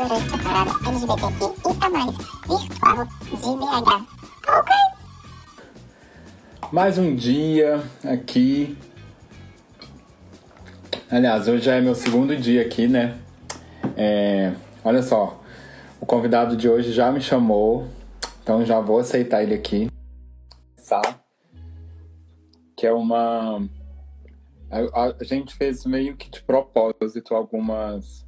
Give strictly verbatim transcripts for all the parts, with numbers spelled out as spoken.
durante a parada L G B T Q I A mais, virtual de B H. Ok? Mais um dia aqui. Aliás, hoje já é meu segundo dia aqui, né? É, olha só, o convidado de hoje já me chamou, então já vou aceitar ele aqui. Que é uma... A, a gente fez meio que de propósito algumas,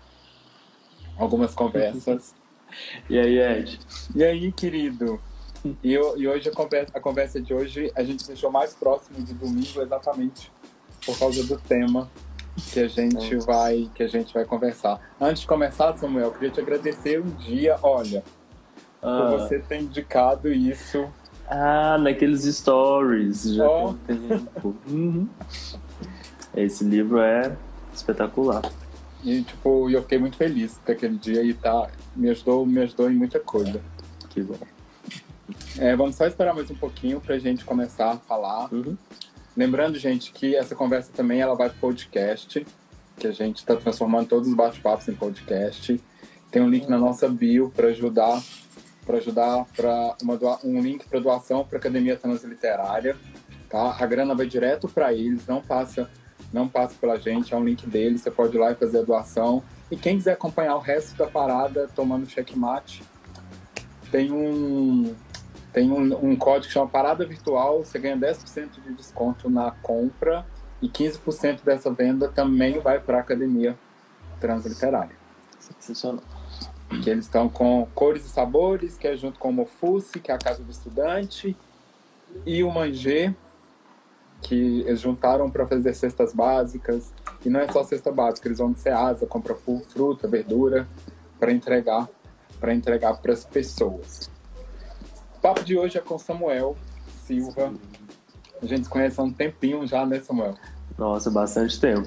algumas conversas. E aí, Ed? E aí, querido? E, eu, e hoje a conversa, a conversa de hoje a gente deixou mais próximo de domingo exatamente por causa do tema que a gente vai, que a gente vai conversar. Antes de começar, Samuel, eu queria te agradecer um dia, olha, Ah. por você ter indicado isso. Ah, naqueles stories, já Oh. tem um tempo. Uhum. Esse livro é espetacular. E, tipo, eu fiquei muito feliz daquele dia e tá, me ajudou, me ajudou em muita coisa. Que bom. É, vamos só esperar mais um pouquinho pra gente começar a falar. Uhum. Lembrando, gente, que essa conversa também ela vai pro podcast, que a gente está transformando todos os bate-papos em podcast. Tem um link na nossa bio para ajudar, para ajudar para um link para doação para a Academia Transliterária, tá? A grana vai direto para eles, não passa, não passa pela gente, é um link deles, você pode ir lá e fazer a doação. E quem quiser acompanhar o resto da parada tomando checkmate, tem um Tem um, um código que chama Parada Virtual, você ganha dez por cento de desconto na compra e quinze por cento dessa venda também vai para a Academia Transliterária. Sensacional. Que eles estão com Cores e Sabores, que é junto com o Mofussi, que é a Casa do Estudante, e o Mangê, que eles juntaram para fazer cestas básicas. E não é só cesta básica, eles vão no Ceasa, compram fruta, verdura, para entregar para entregar para as pessoas. O papo de hoje é com Samuel Silva. A gente se conhece há um tempinho já, né, Samuel? Nossa, bastante tempo.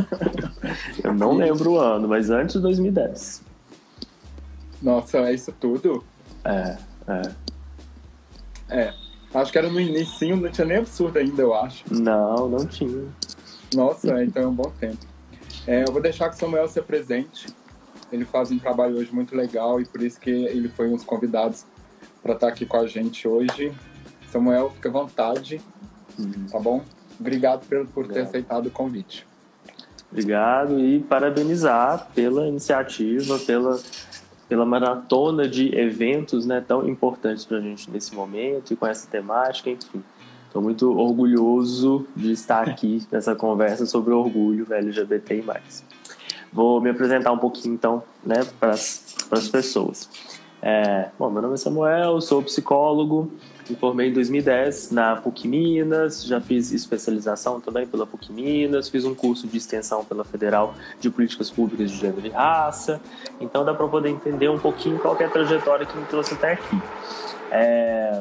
Eu não lembro o ano, mas antes de dois mil e dez. Nossa, é isso tudo? É, é. É, acho que era no início, não tinha nem absurdo ainda, eu acho. Não, não tinha. Nossa, então é um bom tempo. É, eu vou deixar que o Samuel se apresente. Ele faz um trabalho hoje muito legal e por isso que ele foi um dos convidados para estar aqui com a gente hoje. Samuel, fica à vontade, Uhum. tá bom? Obrigado por, por ter Obrigado. aceitado o convite. Obrigado e parabenizar pela iniciativa, pela, pela maratona de eventos, né, tão importantes para a gente nesse momento e com essa temática, enfim. Estou muito orgulhoso de estar aqui nessa conversa sobre orgulho L G B T I mais. Vou me apresentar um pouquinho, então, né, para as pessoas. É, bom, meu nome é Samuel, sou psicólogo, me formei em dois mil e dez na PUC Minas, já fiz especialização também pela PUC Minas, fiz um curso de extensão pela Federal de Políticas Públicas de Gênero e Raça, então dá para poder entender um pouquinho qual que é a trajetória que me trouxe até aqui. É,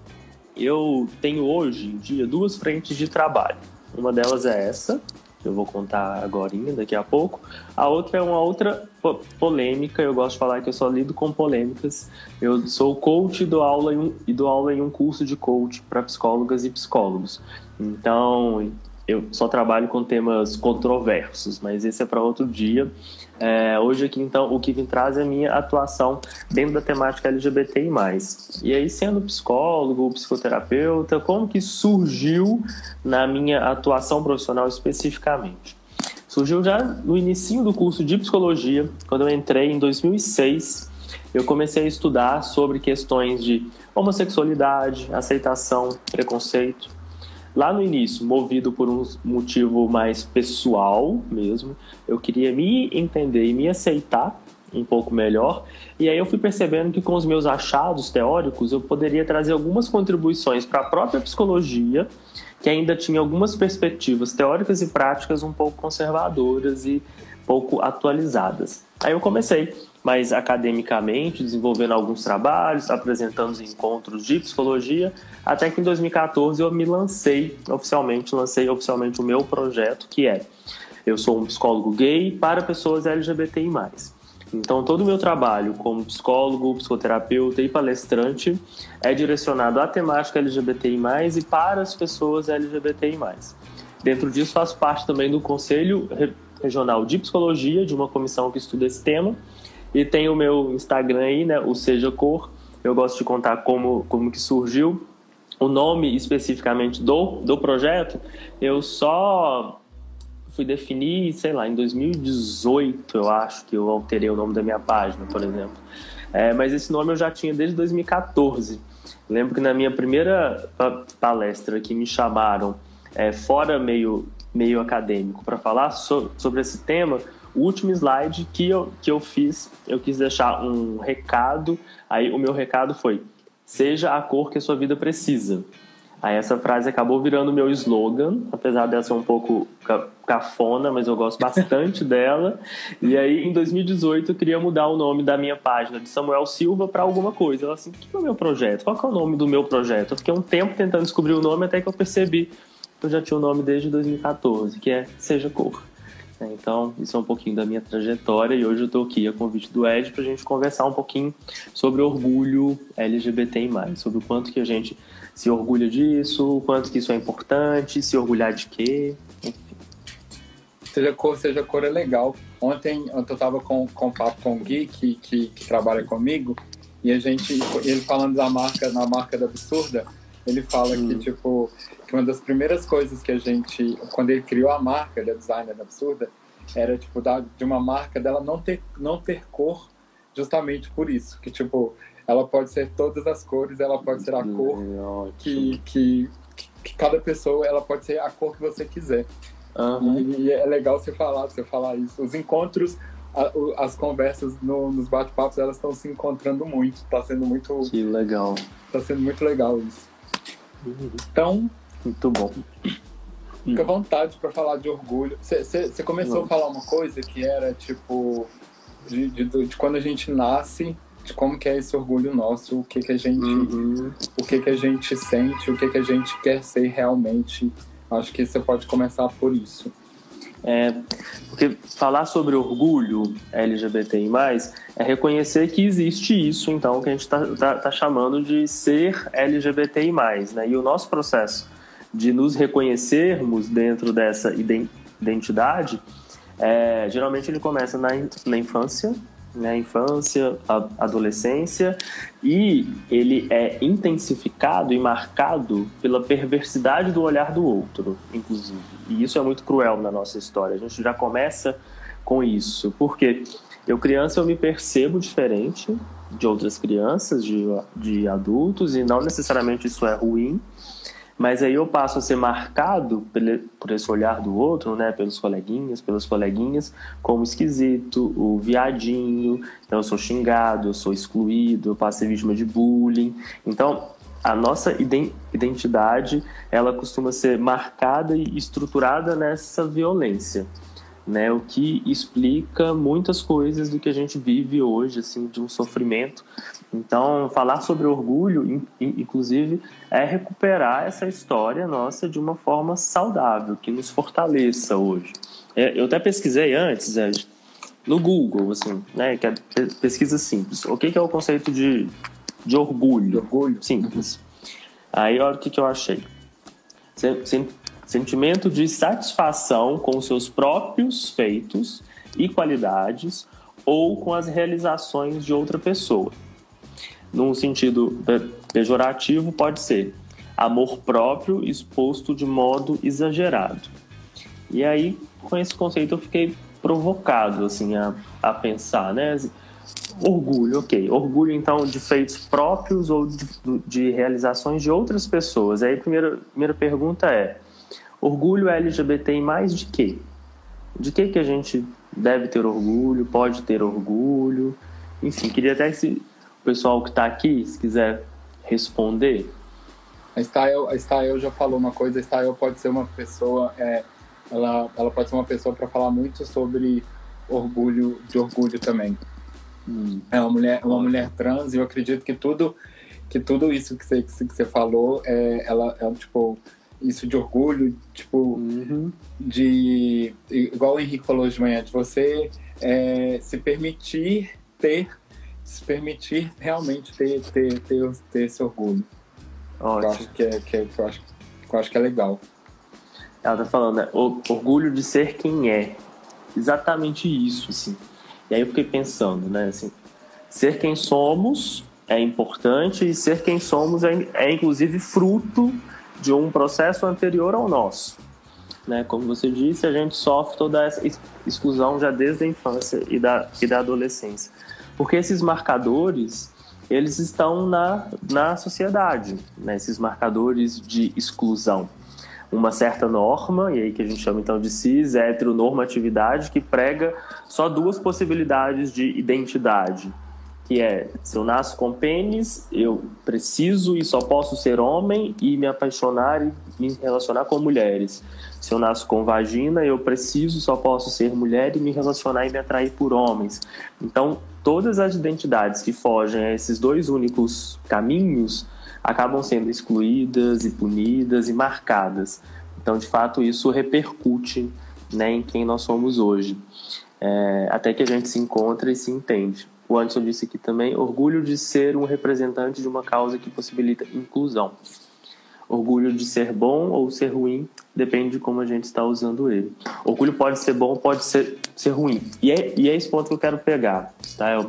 eu tenho hoje em dia duas frentes de trabalho, uma delas é essa, que eu vou contar agorinha, daqui a pouco. A outra é uma outra po- polêmica, eu gosto de falar que eu só lido com polêmicas. Eu sou coach e dou aula em um, e dou aula em um curso de coach para psicólogas e psicólogos. Então, eu só trabalho com temas controversos, mas esse é para outro dia. É, hoje aqui, então, o que me traz é a minha atuação dentro da temática L G B T I mais. E aí, sendo psicólogo, psicoterapeuta, como que surgiu na minha atuação profissional especificamente? Surgiu já no início do curso de psicologia, quando eu entrei em dois mil e seis, eu comecei a estudar sobre questões de homossexualidade, aceitação, preconceito. Lá no início, movido por um motivo mais pessoal mesmo, eu queria me entender e me aceitar um pouco melhor, e aí eu fui percebendo que com os meus achados teóricos eu poderia trazer algumas contribuições para a própria psicologia, que ainda tinha algumas perspectivas teóricas e práticas um pouco conservadoras e pouco atualizadas. Aí eu comecei, mas academicamente, desenvolvendo alguns trabalhos, apresentando os encontros de psicologia, até que em dois mil e catorze eu me lancei oficialmente, lancei oficialmente o meu projeto, que é eu sou um psicólogo gay para pessoas L G B T I mais. Então, todo o meu trabalho como psicólogo, psicoterapeuta e palestrante é direcionado à temática L G B T I mais, e para as pessoas L G B T I mais. Dentro disso, faço parte também do Conselho Regional de Psicologia, de uma comissão que estuda esse tema, E tem o meu Instagram aí, né, o Seja Cor. Eu gosto de contar como, como que surgiu. O nome especificamente do, do projeto, eu só fui definir, sei lá, em dois mil e dezoito, eu acho que eu alterei o nome da minha página, por exemplo. É, mas esse nome eu já tinha desde dois mil e catorze. Lembro que na minha primeira palestra que me chamaram, é, fora meio, meio acadêmico, para falar so, sobre esse tema, o último slide que eu, que eu fiz, eu quis deixar um recado. Aí o meu recado foi: seja a cor que a sua vida precisa. Aí essa frase acabou virando meu slogan, apesar dela ser um pouco cafona, mas eu gosto bastante dela. E aí, em dois mil e dezoito, eu queria mudar o nome da minha página de Samuel Silva para alguma coisa. Eu assim, o que é o meu projeto? Qual que é o nome do meu projeto? Eu fiquei um tempo tentando descobrir o nome, até que eu percebi que eu já tinha o nome desde dois mil e catorze, que é Seja Cor. Então, isso é um pouquinho da minha trajetória, e hoje eu estou aqui a convite do Ed para a gente conversar um pouquinho sobre orgulho L G B T I mais, sobre o quanto que a gente se orgulha disso, o quanto que isso é importante, se orgulhar de quê, enfim. Seja Cor, Seja Cor é legal. Ontem, ontem eu estava com, com um papo com o Gui, que, que, que trabalha comigo, e a gente, ele falando da marca, na marca da Absurda, ele fala hum. que, tipo, que uma das primeiras coisas que a gente, quando ele criou a marca, ele é designer da Absurda, era, tipo, da, de uma marca dela não ter, não ter cor, justamente por isso, que, tipo, ela pode ser todas as cores, ela pode ser a cor que, que, que cada pessoa, ela pode ser a cor que você quiser. Uhum. E, e é legal você falar, você falar isso. Os encontros, a, as conversas no, nos bate-papos, elas estão se encontrando muito, tá sendo muito... Que legal. Tá sendo muito legal isso. Então, muito bom. Fica à vontade para falar de orgulho. Você começou Não. a falar uma coisa que era tipo de, de, de quando a gente nasce, de como que é esse orgulho nosso, o que que a gente, uhum. o que que a gente sente, o que que a gente quer ser realmente. Acho que você pode começar por isso. É, porque falar sobre orgulho L G B T I mais, é reconhecer que existe isso, então, que a gente está tá, tá chamando de ser L G B T I mais, né? E o nosso processo de nos reconhecermos dentro dessa identidade, é, geralmente ele começa na, na infância, né? Infância, a, adolescência, e ele é intensificado e marcado pela perversidade do olhar do outro, inclusive. E isso é muito cruel na nossa história. A gente já começa com isso, porque eu, criança, eu me percebo diferente de outras crianças, de, de adultos, e não necessariamente isso é ruim, mas aí eu passo a ser marcado por esse olhar do outro, né, pelos coleguinhas, pelas coleguinhas, como esquisito, o viadinho. Então eu sou xingado, eu sou excluído, eu passo a ser vítima de bullying. Então a nossa identidade, ela costuma ser marcada e estruturada nessa violência, né, o que explica muitas coisas do que a gente vive hoje, assim, de um sofrimento. Então, falar sobre orgulho, inclusive, é recuperar essa história nossa de uma forma saudável, que nos fortaleça hoje. Eu até pesquisei antes, Ed, no Google, assim, né, que é pesquisa simples. O que é o conceito de, de orgulho? De orgulho? Simples. Aí, olha o que eu achei. Sentimento de satisfação com os seus próprios feitos e qualidades ou com as realizações de outra pessoa. Num sentido pejorativo, pode ser amor próprio exposto de modo exagerado. E aí, com esse conceito, eu fiquei provocado assim, a, a pensar, né? Orgulho, ok. Orgulho, então, de feitos próprios ou de, de realizações de outras pessoas. Aí, a primeira, primeira pergunta é: orgulho L G B T I mais de quê? De que que a gente deve ter orgulho, pode ter orgulho? Enfim, queria até que se o pessoal que está aqui, se quiser responder. A Style, a Style já falou uma coisa. A Style pode ser uma pessoa, é, ela, ela pode ser uma pessoa para falar muito sobre orgulho, de orgulho também. Hum. É uma mulher, uma mulher trans, e eu acredito que tudo, que tudo isso que você, que você falou, é, ela é tipo isso de orgulho, tipo, uhum. de igual o Henrique falou hoje de manhã, de você é, se permitir ter, se permitir realmente ter, ter, ter, ter esse orgulho. Ótimo. Eu acho que é, que é, eu acho, eu acho que é legal. Ela tá falando, né? O orgulho de ser quem é. Exatamente isso, assim. E aí eu fiquei pensando, né, assim, ser quem somos é importante e ser quem somos é, é inclusive fruto de um processo anterior ao nosso. Né? Como você disse, a gente sofre toda essa exclusão já desde a infância e da, e da adolescência. Porque esses marcadores, eles estão na, na sociedade, né? Esses marcadores de exclusão. Uma certa norma, e aí que a gente chama então de cis, heteronormatividade, que prega só duas possibilidades de identidade, que é, se eu nasço com pênis, eu preciso e só posso ser homem e me apaixonar e me relacionar com mulheres. Se eu nasço com vagina, eu preciso e só posso ser mulher e me relacionar e me atrair por homens. Então, todas as identidades que fogem a esses dois únicos caminhos acabam sendo excluídas e punidas e marcadas. Então, de fato, isso repercute, né, em quem nós somos hoje. É, até que a gente se encontra e se entende. O Anderson disse aqui também, orgulho de ser um representante de uma causa que possibilita inclusão. Orgulho de ser bom ou ser ruim, depende de como a gente está usando ele. Orgulho pode ser bom, pode ser, ser ruim. E é, e é esse ponto que eu quero pegar. Tá? Eu,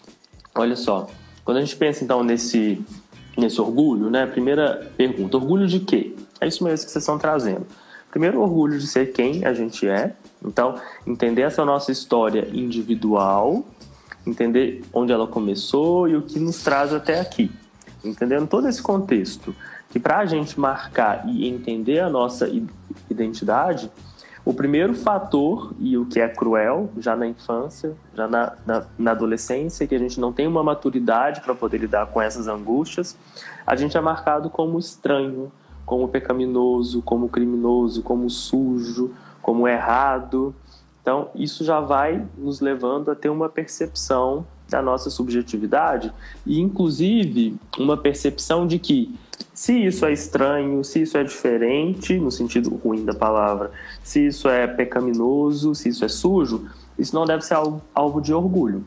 olha só, quando a gente pensa então nesse, nesse orgulho, né? Primeira pergunta, orgulho de quê? É isso mesmo que vocês estão trazendo. Primeiro, orgulho de ser quem a gente é. Então, entender essa nossa história individual, entender onde ela começou e o que nos traz até aqui. Entendendo todo esse contexto, que para a gente marcar e entender a nossa identidade, o primeiro fator, e o que é cruel, já na infância, já na, na, na adolescência, que a gente não tem uma maturidade para poder lidar com essas angústias, a gente é marcado como estranho, como pecaminoso, como criminoso, como sujo, como errado. Então, isso já vai nos levando a ter uma percepção da nossa subjetividade e, inclusive, uma percepção de que se isso é estranho, se isso é diferente, no sentido ruim da palavra, se isso é pecaminoso, se isso é sujo, isso não deve ser alvo, alvo de orgulho.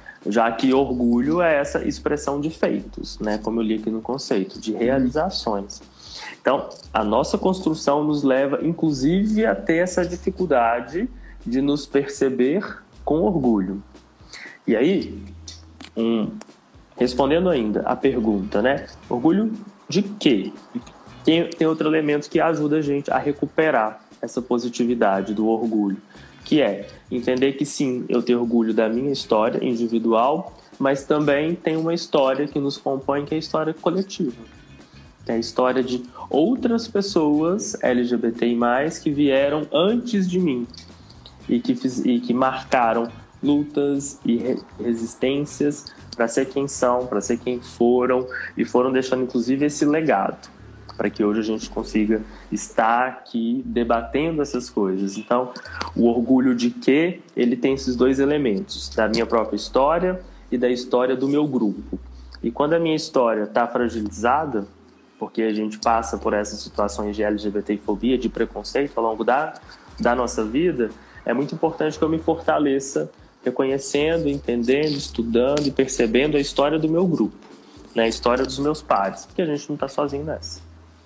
Já que orgulho é essa expressão de feitos, né? Como eu li aqui no conceito, de realizações. Então, a nossa construção nos leva, inclusive, a ter essa dificuldade de nos perceber com orgulho. E aí, um, respondendo ainda a pergunta, né? Orgulho de quê? Tem, tem outro elemento que ajuda a gente a recuperar essa positividade do orgulho, que é entender que sim, eu tenho orgulho da minha história individual, mas também tem uma história que nos compõe, que é a história coletiva. É a história de outras pessoas L G B T I mais, que vieram antes de mim e que, fiz, e que marcaram lutas e re- resistências para ser quem são, para ser quem foram, e foram deixando inclusive esse legado, para que hoje a gente consiga estar aqui debatendo essas coisas. Então, o orgulho de quê? Ele tem esses dois elementos, da minha própria história e da história do meu grupo. E quando a minha história está fragilizada, porque a gente passa por essas situações de L G B T I fobia, de preconceito ao longo da, da nossa vida, é muito importante que eu me fortaleça reconhecendo, entendendo, estudando e percebendo a história do meu grupo, né? A história dos meus pares, porque a gente não está sozinho nessa.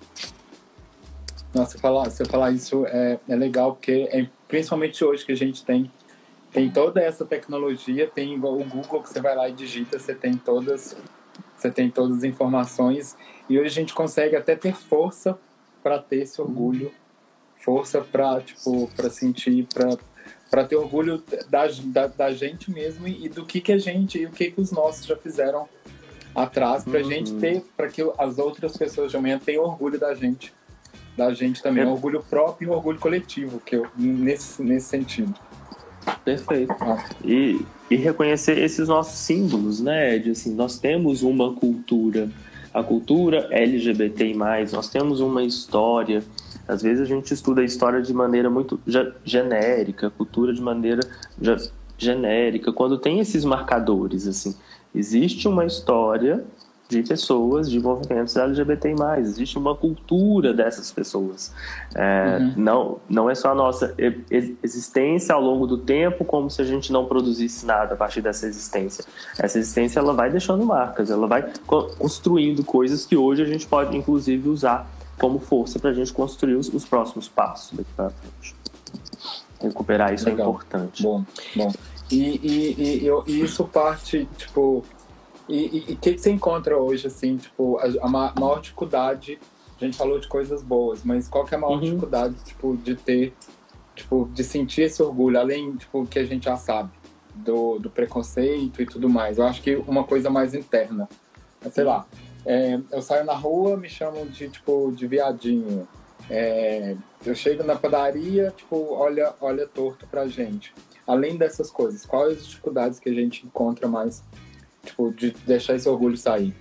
Nossa, você falar, você falar isso é, é legal, porque é, principalmente hoje que a gente tem, tem toda essa tecnologia, tem igual o Google, que você vai lá e digita, você tem todas, você tem todas as informações, e hoje a gente consegue até ter força para ter esse orgulho, força para tipo, para sentir, para para ter orgulho da, da, da gente mesmo e, e do que que a gente e o que que os nossos já fizeram atrás, para a uhum. gente ter, para que as outras pessoas de amanhã tenham orgulho da gente, da gente também, é. um orgulho próprio e um orgulho coletivo, que eu, nesse, nesse sentido. Perfeito. Ah. E, e reconhecer esses nossos símbolos, né, Ed? Assim, nós temos uma cultura, a cultura L G B T I mais, nós temos uma história. Às vezes a gente estuda a história de maneira muito genérica, a cultura de maneira genérica, quando tem esses marcadores, assim. Existe uma história de pessoas, de movimentos L G B T I mais, existe uma cultura dessas pessoas. É, uhum. não, não é só a nossa existência ao longo do tempo, como se a gente não produzisse nada a partir dessa existência. Essa existência ela vai deixando marcas, ela vai construindo coisas que hoje a gente pode, inclusive, usar como força para a gente construir os, os próximos passos daqui para frente. Recuperar isso Legal. É importante. Bom, bom. E, e, e, e isso parte, tipo... E o que, que você encontra hoje, assim, tipo, a, a maior dificuldade... A gente falou de coisas boas, mas qual que é a maior uhum. dificuldade, tipo, de ter... Tipo, de sentir esse orgulho, além, tipo, que a gente já sabe, do, do preconceito e tudo mais. Eu acho que uma coisa mais interna. Sei lá, é, eu saio na rua, me chamam de, tipo, de viadinho. É, eu chego na padaria, tipo, olha, olha torto pra gente. Além dessas coisas, quais as dificuldades que a gente encontra mais, tipo, de deixar esse orgulho sair?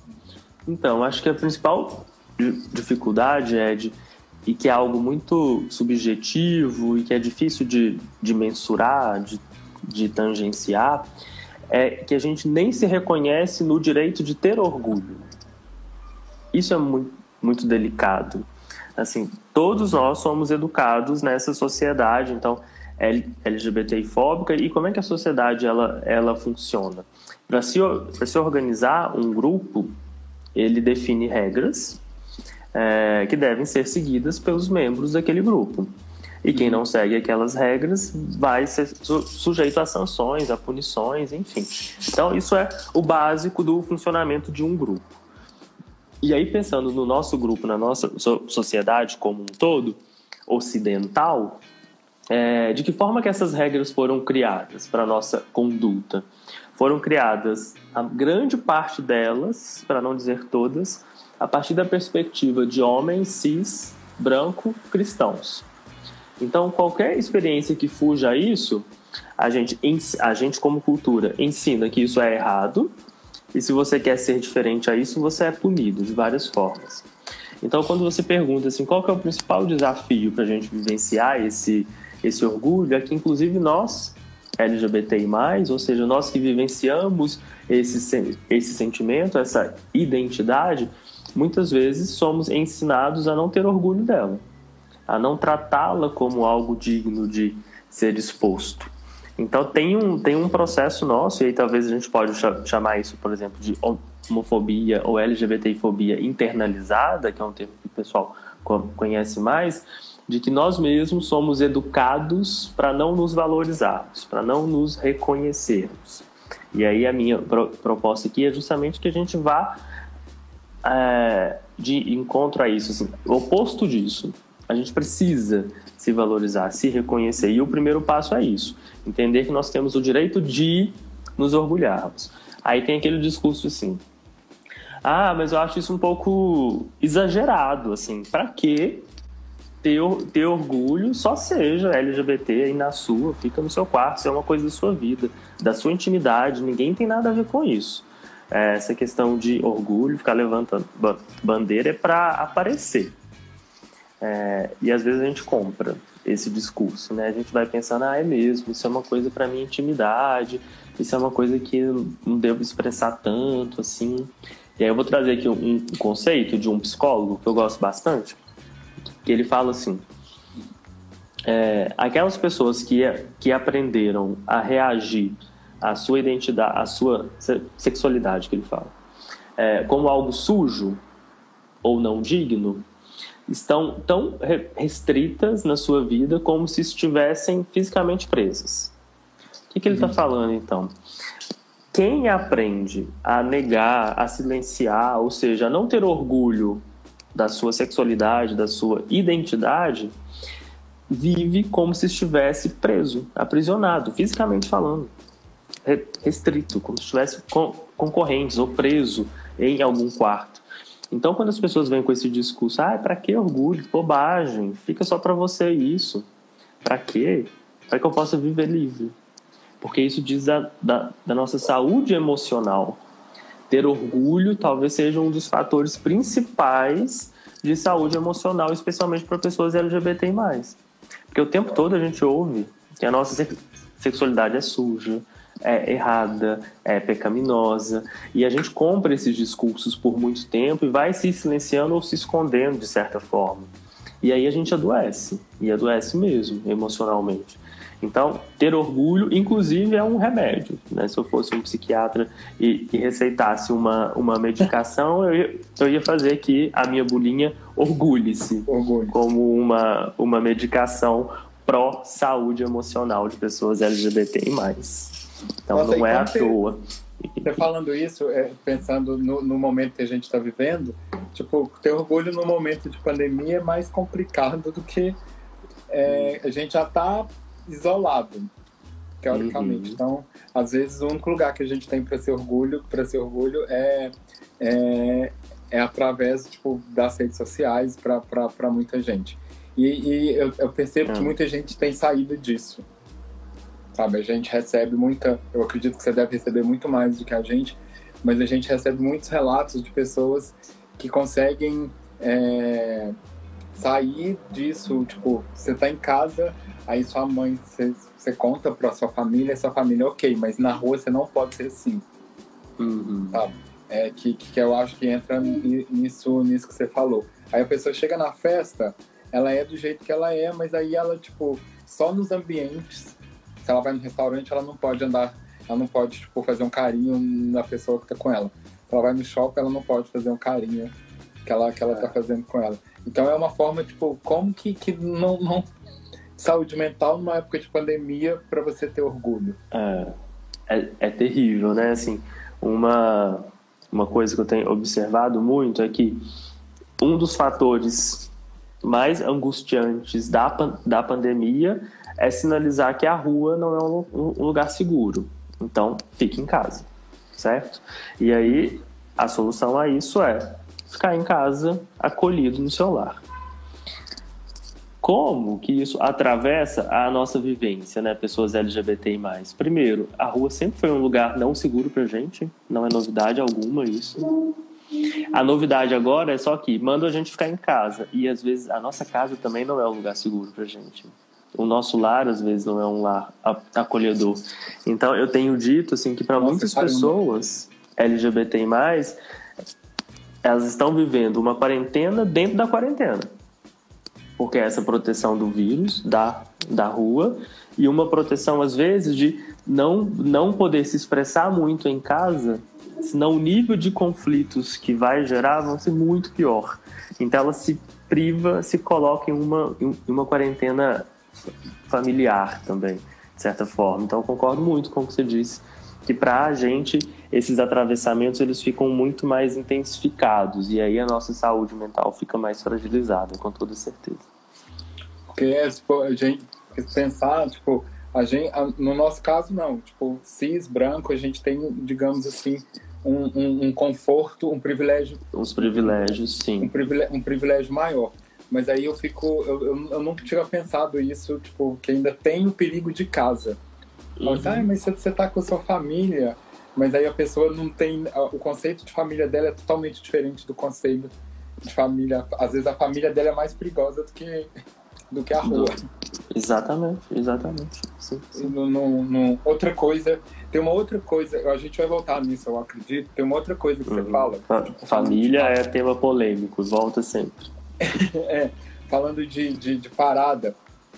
Então, acho que a principal dificuldade é de... e que é algo muito subjetivo e que é difícil de, de mensurar, de, de tangenciar, é que a gente nem se reconhece no direito de ter orgulho. Isso é muito, muito delicado. Assim, todos nós somos educados nessa sociedade, então, L G B T I-fóbica, e como é que a sociedade ela, ela funciona? Para se, para se organizar um grupo, ele define regras, É, que devem ser seguidas pelos membros daquele grupo. E quem não segue aquelas regras vai ser su- sujeito a sanções, a punições, enfim. Então, isso é o básico do funcionamento de um grupo. E aí, pensando no nosso grupo, na nossa so- sociedade como um todo, ocidental, é, de que forma que essas regras foram criadas para a nossa conduta? Foram criadas, a grande parte delas, para não dizer todas, a partir da perspectiva de homens cis, branco, cristãos. Então, qualquer experiência que fuja a isso, a gente, a gente como cultura ensina que isso é errado, e se você quer ser diferente a isso, você é punido de várias formas. Então, quando você pergunta assim, qual que é o principal desafio para a gente vivenciar esse, esse orgulho, é que inclusive nós, L G B T I mais, ou seja, nós que vivenciamos esse, esse sentimento, essa identidade, muitas vezes somos ensinados a não ter orgulho dela, a não tratá-la como algo digno de ser exposto. Então tem um, tem um processo nosso, e aí talvez a gente pode chamar isso, por exemplo, de homofobia ou L G B T I-fobia internalizada, que é um termo que o pessoal conhece mais, de que nós mesmos somos educados para não nos valorizarmos, para não nos reconhecermos. E aí a minha pro- proposta aqui é justamente que a gente vá É, de encontro a isso, assim, o oposto disso. A gente precisa se valorizar, se reconhecer, e o primeiro passo é isso, entender que nós temos o direito de nos orgulharmos. Aí tem aquele discurso assim, ah, mas eu acho isso um pouco exagerado, assim, pra que ter, ter orgulho? Só seja L G B T aí na sua, fica no seu quarto, isso é uma coisa da sua vida, da sua intimidade, ninguém tem nada a ver com isso. Essa questão de orgulho, ficar levantando bandeira é para aparecer. É, e às vezes a gente compra esse discurso, né? A gente vai pensando, ah, é mesmo, isso é uma coisa para minha intimidade, isso é uma coisa que eu não devo expressar tanto, assim. E aí eu vou trazer aqui um, um conceito de um psicólogo que eu gosto bastante, que ele fala assim, é, aquelas pessoas que, que aprenderam a reagir a sua identidade, a sua sexualidade, que ele fala, é, como algo sujo ou não digno, estão tão restritas na sua vida como se estivessem fisicamente presas. O que, que ele está falando, então? Quem aprende a negar, a silenciar, ou seja, a não ter orgulho da sua sexualidade, da sua identidade, vive como se estivesse preso, aprisionado, fisicamente falando. Restrito, como se estivesse concorrentes ou preso em algum quarto. Então, quando as pessoas vêm com esse discurso, ah, para que orgulho, bobagem, fica só para você isso. Para quê? Para que eu possa viver livre. Porque isso diz da, da, da nossa saúde emocional. Ter orgulho talvez seja um dos fatores principais de saúde emocional, especialmente para pessoas L G B T I mais. Porque o tempo todo a gente ouve que a nossa sexualidade é suja, é errada, é pecaminosa, e a gente compra esses discursos por muito tempo e vai se silenciando ou se escondendo de certa forma. E aí a gente adoece, e adoece mesmo, emocionalmente. Então, ter orgulho, inclusive, é um remédio, né? Se eu fosse um psiquiatra e, e receitasse uma, uma medicação, eu ia, eu ia fazer aqui a minha bolinha orgulhe-se, Orgulho. como uma, uma medicação pró-saúde emocional de pessoas L G B T I mais. Então, Nossa, não é à você, toa. Você falando isso, é, pensando no, no momento que a gente está vivendo, tipo, ter orgulho no momento de pandemia é mais complicado do que é, a gente já está isolado, teoricamente. Uhum. Então, às vezes, o único lugar que a gente tem para ser orgulho, para ser orgulho é, é, é através tipo, das redes sociais para muita gente. E, e eu, eu percebo uhum. que muita gente tem saído disso. Sabe? A gente recebe muita... Eu acredito que você deve receber muito mais do que a gente, mas a gente recebe muitos relatos de pessoas que conseguem é, sair disso. Tipo, você tá em casa, aí sua mãe, você, você conta pra sua família, sua família, ok, mas na rua você não pode ser assim. Uhum. Sabe? É, que, que eu acho que entra nisso, nisso que você falou. Aí a pessoa chega na festa, ela é do jeito que ela é, mas aí ela, tipo, só nos ambientes... Se ela vai no restaurante, ela não pode andar, ela não pode, tipo, fazer um carinho na pessoa que tá com ela. Se ela vai no shopping, ela não pode fazer um carinho que ela, que ela tá fazendo com ela. Então é uma forma, tipo, como que, que não, não... Saúde mental numa época de pandemia para você ter orgulho. É, é, é terrível, né? Assim, uma, uma coisa que eu tenho observado muito é que um dos fatores mais angustiantes da, da pandemia é sinalizar que a rua não é um, um lugar seguro. Então, fique em casa, certo? E aí, a solução a isso é ficar em casa, acolhido no seu lar. Como que isso atravessa a nossa vivência, né? Pessoas L G B T I mais? Primeiro, a rua sempre foi um lugar não seguro pra gente, não é novidade alguma isso. A novidade agora é só que manda a gente ficar em casa. E às vezes a nossa casa também não é um lugar seguro pra gente. O nosso lar, às vezes, não é um lar acolhedor. Então, eu tenho dito assim, que para muitas caramba. pessoas L G B T I mais, elas estão vivendo uma quarentena dentro da quarentena. Porque é essa proteção do vírus, da, da rua, e uma proteção, às vezes, de não, não poder se expressar muito em casa, senão o nível de conflitos que vai gerar vão ser muito pior. Então, ela se priva, se coloca em uma, em uma quarentena familiar também, de certa forma. Então eu concordo muito com o que você disse, que para a gente esses atravessamentos eles ficam muito mais intensificados e aí a nossa saúde mental fica mais fragilizada, com toda certeza. Porque tipo, a gente pensar, tipo, a gente, no nosso caso não, tipo, cis, branco, a gente tem, digamos assim, um, um, um conforto, um privilégio. Os privilégios, sim. Um privilégio, um privilégio maior. Mas aí eu fico, eu, eu, eu nunca tinha pensado isso, tipo, que ainda tem o perigo de casa. Uhum. Mas, ah, mas você tá com a sua família, mas aí a pessoa não tem, o conceito de família dela é totalmente diferente do conceito de família. Às vezes a família dela é mais perigosa do que, do que a rua. Exatamente, exatamente. Sim, sim. No, no, no, outra coisa, tem uma outra coisa, a gente vai voltar nisso, eu acredito, tem uma outra coisa que uhum. você fala. Fa- tipo, família é tema polêmico, volta sempre. É, falando de, de, de parada,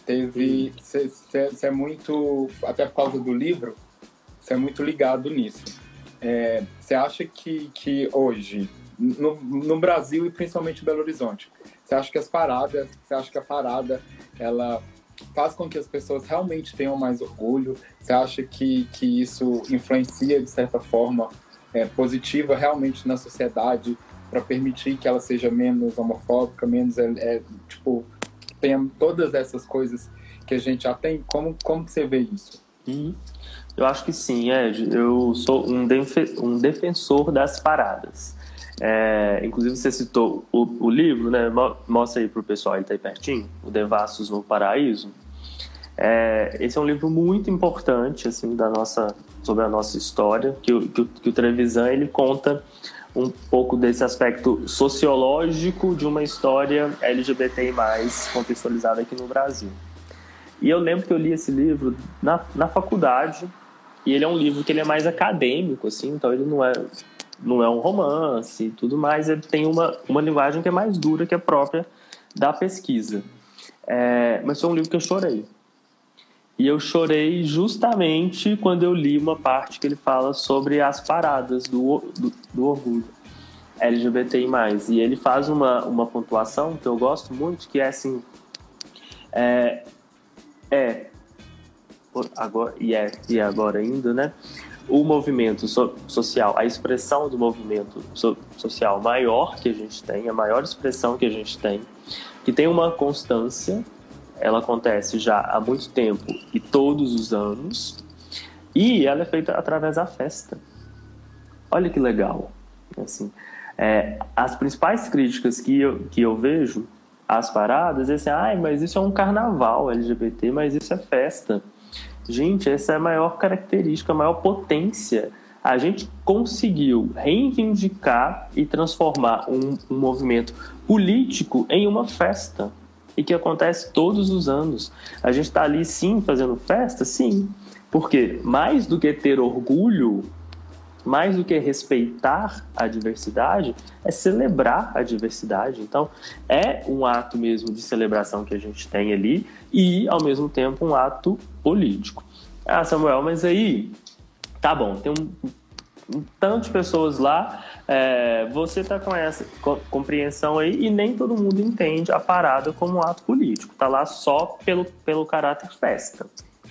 teve. Você é muito. Até por causa do livro, você é muito ligado nisso. Você é, acha que, que hoje, no, no Brasil e principalmente em Belo Horizonte, você acha que as paradas, você acha que a parada ela faz com que as pessoas realmente tenham mais orgulho? Você acha que, que isso influencia de certa forma é, positiva realmente na sociedade? Para permitir que ela seja menos homofóbica, menos, é, é, tipo, tenha todas essas coisas que a gente já tem. Como, como você vê isso? Uhum. Eu acho que sim, Ed. Eu sou um, defe- um defensor das paradas. É, inclusive, você citou o, o livro, né? Mostra aí para o pessoal, ele está aí pertinho, o Devassos no Paraíso. É, esse é um livro muito importante assim, da nossa, sobre a nossa história, que o, que o, que o Trevisan ele conta um pouco desse aspecto sociológico de uma história L G B T I mais, contextualizada aqui no Brasil. E eu lembro que eu li esse livro na, na faculdade, e ele é um livro que ele é mais acadêmico, assim, então ele não é, não é um romance e tudo mais, ele tem uma, uma linguagem que é mais dura, que é própria da pesquisa. É, mas foi um livro que eu chorei. E eu chorei justamente quando eu li uma parte que ele fala sobre as paradas do, do, do orgulho L G B T I mais. E ele faz uma, uma pontuação que eu gosto muito, que é assim... É, é, agora, e é, e agora ainda, né? O movimento so, social, a expressão do movimento so, social maior que a gente tem, a maior expressão que a gente tem, que tem uma constância, ela acontece já há muito tempo e todos os anos, e ela é feita através da festa. Olha que legal. Assim, é, as principais críticas que eu, que eu vejo às paradas é assim, ah, mas isso é um carnaval L G B T, mas isso é festa. Gente, essa é a maior característica, a maior potência. A gente conseguiu reivindicar e transformar um, um movimento político em uma festa. E que acontece todos os anos. A gente está ali, sim, fazendo festa? Sim. Porque mais do que ter orgulho, mais do que respeitar a diversidade, é celebrar a diversidade. Então, é um ato mesmo de celebração que a gente tem ali e, ao mesmo tempo, um ato político. Ah, Samuel, mas aí, tá bom, tem um, um tanto de pessoas lá, é, você tá com essa compreensão aí e nem todo mundo entende a parada como um ato político. Tá lá só pelo, pelo caráter festa.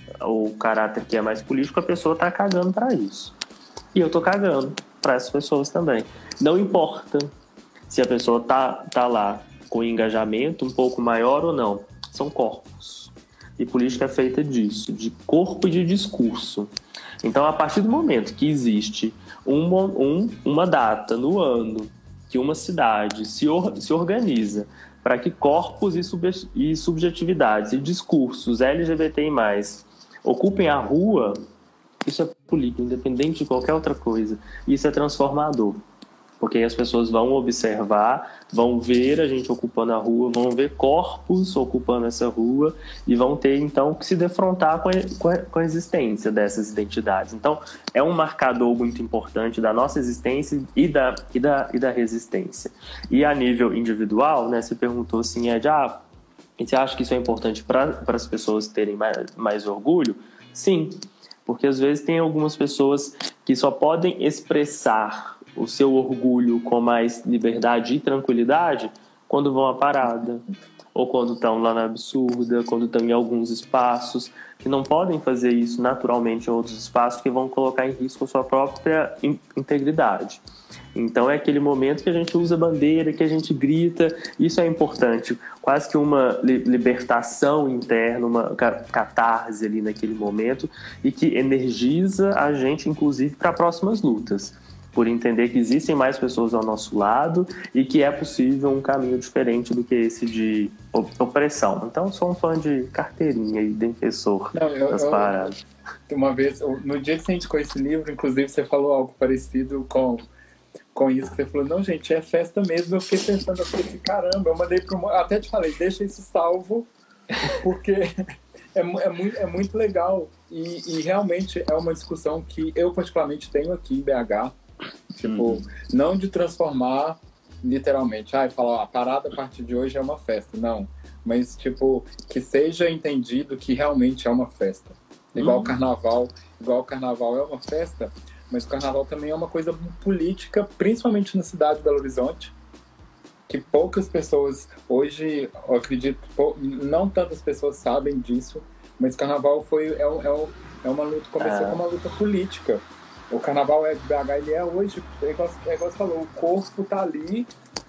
O caráter que é mais político, a pessoa tá cagando para isso. E eu tô cagando para essas pessoas também. Não importa se a pessoa tá, tá lá com engajamento um pouco maior ou não. São corpos. E política é feita disso, de corpo e de discurso. Então, a partir do momento que existe uma, um, uma data no ano que uma cidade se, or, se organiza para que corpos e, sub, e subjetividades e discursos L G B T I mais, ocupem a rua, isso é político, independente de qualquer outra coisa. Isso é transformador. Porque aí as pessoas vão observar, vão ver a gente ocupando a rua, vão ver corpos ocupando essa rua e vão ter, então, que se defrontar com a, com a, com a existência dessas identidades. Então, é um marcador muito importante da nossa existência e da, e da, e da resistência. E a nível individual, né, você perguntou assim, é de, ah, você acha que isso é importante para as pessoas terem mais, mais orgulho? Sim. Porque às vezes tem algumas pessoas que só podem expressar o seu orgulho com mais liberdade e tranquilidade quando vão à parada, ou quando estão lá na absurda, quando estão em alguns espaços, que não podem fazer isso naturalmente em outros espaços que vão colocar em risco a sua própria integridade. Então é aquele momento que a gente usa bandeira, que a gente grita, isso é importante, quase que uma libertação interna, uma catarse ali naquele momento e que energiza a gente, inclusive, para próximas lutas, por entender que existem mais pessoas ao nosso lado e que é possível um caminho diferente do que esse de opressão. Então, sou um fã de carteirinha e defensor Não, eu, das paradas. Eu, uma vez, no dia que você indicou esse livro, inclusive, você falou algo parecido com... com isso que você falou, não, gente, é festa mesmo. Eu fiquei pensando, eu falei assim, caramba, eu mandei pro... Até te falei, deixa isso salvo, porque é, é, muito, é muito legal. E, e realmente é uma discussão que eu particularmente tenho aqui em B H, tipo, uhum. não de transformar literalmente, ah, e falar, ó, a parada a partir de hoje é uma festa. Não, mas tipo, que seja entendido que realmente é uma festa. Igual o uhum. carnaval, igual o carnaval é uma festa, mas o carnaval também é uma coisa política, principalmente na cidade de Belo Horizonte, que poucas pessoas, hoje, eu acredito, não tantas pessoas sabem disso, mas o carnaval foi, é, é, é uma luta, começou ah. com uma luta política. O carnaval é de B H, ele é hoje, é igual, é igual você falou, o corpo tá ali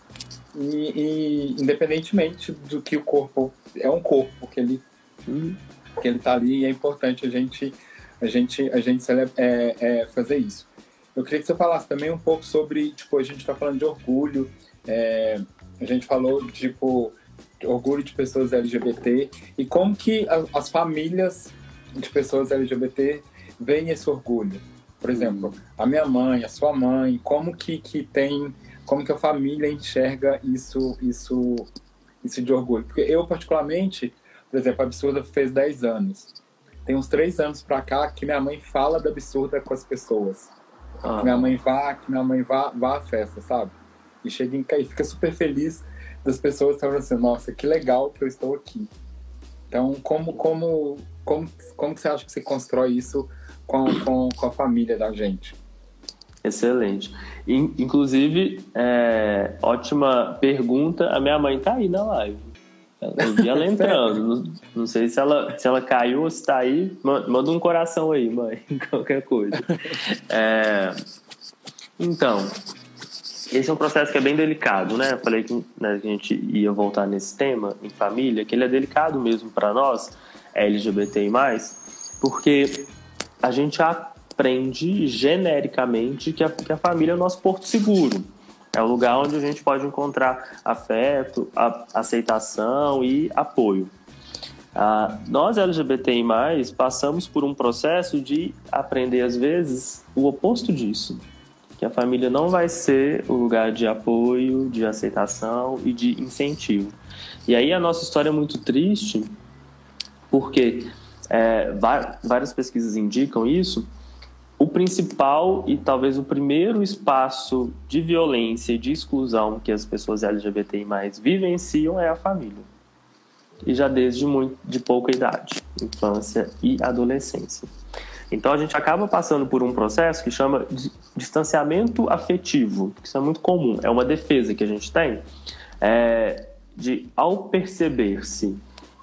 e, e independentemente do que o corpo, é um corpo que ele, hum. que ele tá ali e é importante a gente... a gente, a gente é, é, fazer isso. Eu queria que você falasse também um pouco sobre, tipo, a gente está falando de orgulho, é, a gente falou, tipo, de orgulho de pessoas L G B T e como que a, as famílias de pessoas L G B T veem esse orgulho. Por exemplo, a minha mãe, a sua mãe, como que, que tem, como que a família enxerga isso, isso, isso de orgulho. Porque eu, particularmente, por exemplo, a Absurda fez dez anos. Tem uns três anos pra cá que minha mãe fala da Absurda com as pessoas. Ah. Que minha mãe vá, que minha mãe vá, vá à festa, sabe? E chega em casa e fica super feliz das pessoas falando assim, nossa, que legal que eu estou aqui. Então, como, como, como, como que você acha que você constrói isso com, com, com a família da gente? Excelente. Inclusive, é, ótima pergunta. A minha mãe tá aí na live. Eu vi ela entrando. Não, não sei se ela, se ela caiu ou se tá aí. Manda um coração aí, mãe. Qualquer coisa. É, então, esse é um processo que é bem delicado, né? Eu falei que, né, que a gente ia voltar nesse tema, em família, que ele é delicado mesmo para nós, L G B T I mais, porque a gente aprende genericamente que a, que a família é o nosso porto seguro. É o lugar onde a gente pode encontrar afeto, a, aceitação e apoio. Ah, nós, L G B T I mais, passamos por um processo de aprender, às vezes, o oposto disso. Que a família não vai ser o lugar de apoio, de aceitação e de incentivo. E aí a nossa história é muito triste, porque é, várias pesquisas indicam isso. O principal e talvez o primeiro espaço de violência e de exclusão que as pessoas L G B T I mais vivenciam é a família. E já desde muito, de pouca idade, infância e adolescência. Então a gente acaba passando por um processo que chama de distanciamento afetivo, que isso é muito comum, é uma defesa que a gente tem, é, de ao perceber-se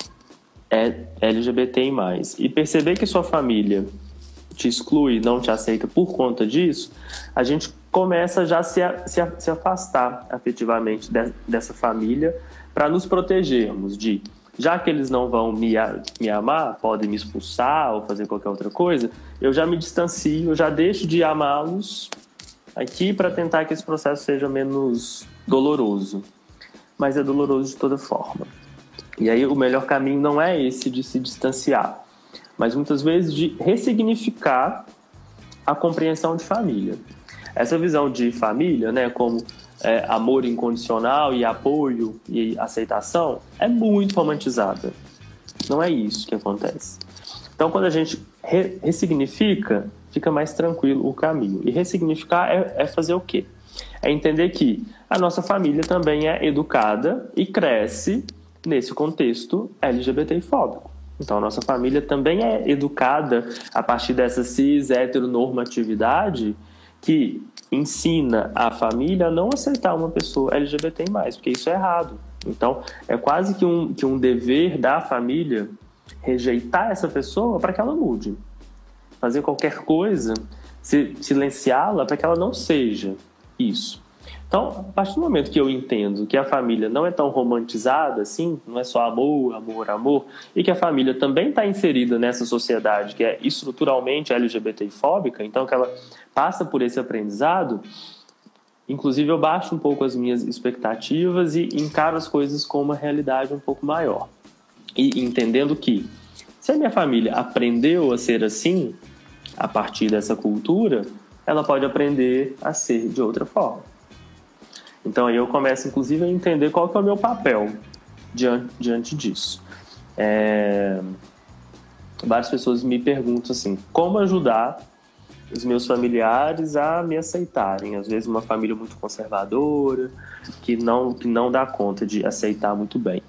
é L G B T I mais, e perceber que sua família te exclui, não te aceita por conta disso, a gente começa já a se, a, se, a, se afastar afetivamente de, dessa família para nos protegermos de, já que eles não vão me, me amar, podem me expulsar ou fazer qualquer outra coisa, eu já me distancio, eu já deixo de amá-los aqui para tentar que esse processo seja menos doloroso. Mas é doloroso de toda forma. E aí o melhor caminho não é esse de se distanciar, mas muitas vezes de ressignificar a compreensão de família. Essa visão de família, né, como é, amor incondicional e apoio e aceitação, é muito romantizada. Não é isso que acontece. Então, quando a gente re- ressignifica, fica mais tranquilo o caminho. E ressignificar é, é fazer o quê? É entender que a nossa família também é educada e cresce nesse contexto L G B T I-fóbico. Então, a nossa família também é educada a partir dessa cis-heteronormatividade que ensina a família a não aceitar uma pessoa L G B T I mais, porque isso é errado. Então, é quase que um, que um dever da família rejeitar essa pessoa para que ela mude. Fazer qualquer coisa, se, silenciá-la para que ela não seja isso. Então, a partir do momento que eu entendo que a família não é tão romantizada assim, não é só amor, amor, amor, e que a família também está inserida nessa sociedade que é estruturalmente L G B T I-fóbica, então que ela passa por esse aprendizado, inclusive eu baixo um pouco as minhas expectativas e encaro as coisas com uma realidade um pouco maior. E entendendo que, se a minha família aprendeu a ser assim, a partir dessa cultura, ela pode aprender a ser de outra forma. Então aí eu começo, inclusive, a entender qual que é o meu papel diante, diante disso. É... Várias pessoas me perguntam assim, como ajudar os meus familiares a me aceitarem? Às vezes uma família muito conservadora, que não, que não dá conta de aceitar muito bem.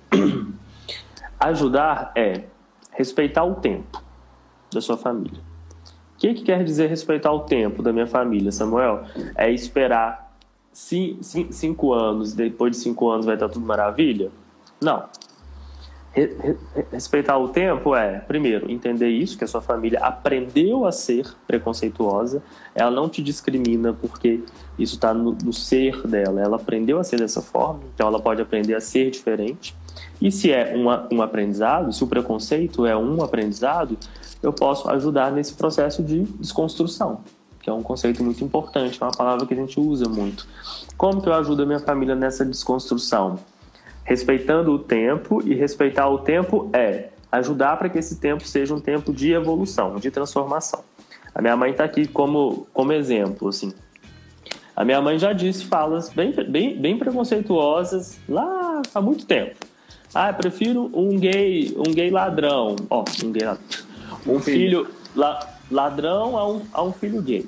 Ajudar é respeitar o tempo da sua família. O que, que quer dizer respeitar o tempo da minha família, Samuel? É esperar cinco anos, depois de cinco anos vai estar tudo maravilha? Não. Re- re- respeitar o tempo é, primeiro, entender isso, que a sua família aprendeu a ser preconceituosa, ela não te discrimina porque isso está no, no ser dela, ela aprendeu a ser dessa forma, então ela pode aprender a ser diferente. E se é uma, um aprendizado, se o preconceito é um aprendizado, eu posso ajudar nesse processo de desconstrução, que é um conceito muito importante, é uma palavra que a gente usa muito. Como que eu ajudo a minha família nessa desconstrução? Respeitando o tempo, e respeitar o tempo é ajudar para que esse tempo seja um tempo de evolução, de transformação. A minha mãe está aqui como, como exemplo, assim. A minha mãe já disse falas bem, bem, bem preconceituosas lá há muito tempo. Ah, eu prefiro um gay, um gay ladrão. Ó, oh, um gay ladrão. Um filho... La, ladrão a um, a um filho gay.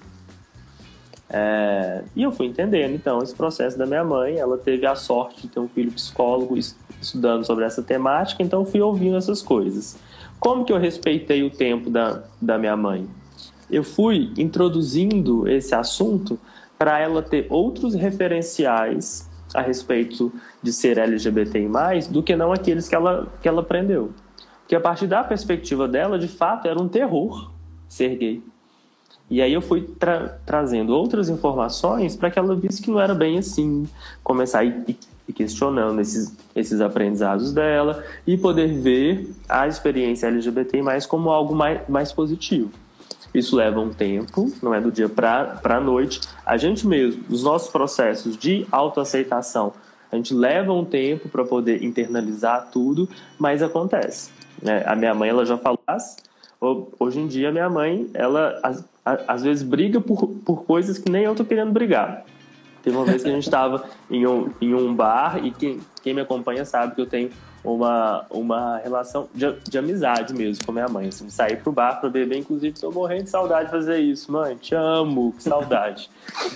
É, e eu fui entendendo, então, esse processo da minha mãe. Ela teve a sorte de ter um filho psicólogo estudando sobre essa temática, então eu fui ouvindo essas coisas. Como que eu respeitei o tempo da, da minha mãe? Eu fui introduzindo esse assunto para ela ter outros referenciais a respeito de ser L G B T I mais, do que não aqueles que ela, que ela aprendeu. Porque a partir da perspectiva dela, de fato, era um terror ser gay. E aí eu fui tra- trazendo outras informações para que ela visse que não era bem assim, começar a ir, ir questionando esses, esses aprendizados dela e poder ver a experiência L G B T I mais como algo mais, mais positivo. Isso leva um tempo, não é do dia para a noite. A gente mesmo, os nossos processos de autoaceitação, a gente leva um tempo para poder internalizar tudo, mas acontece. Né? A minha mãe, ela já falou, hoje em dia a minha mãe, ela às, às vezes briga por, por coisas que nem eu tô querendo brigar. Teve uma vez que a gente estava em um, em um bar, e quem, quem me acompanha sabe que eu tenho uma, uma relação de, de amizade mesmo com a minha mãe. Assim, sair pro bar para beber, inclusive tô morrendo de saudade de fazer isso. Mãe, te amo, que saudade.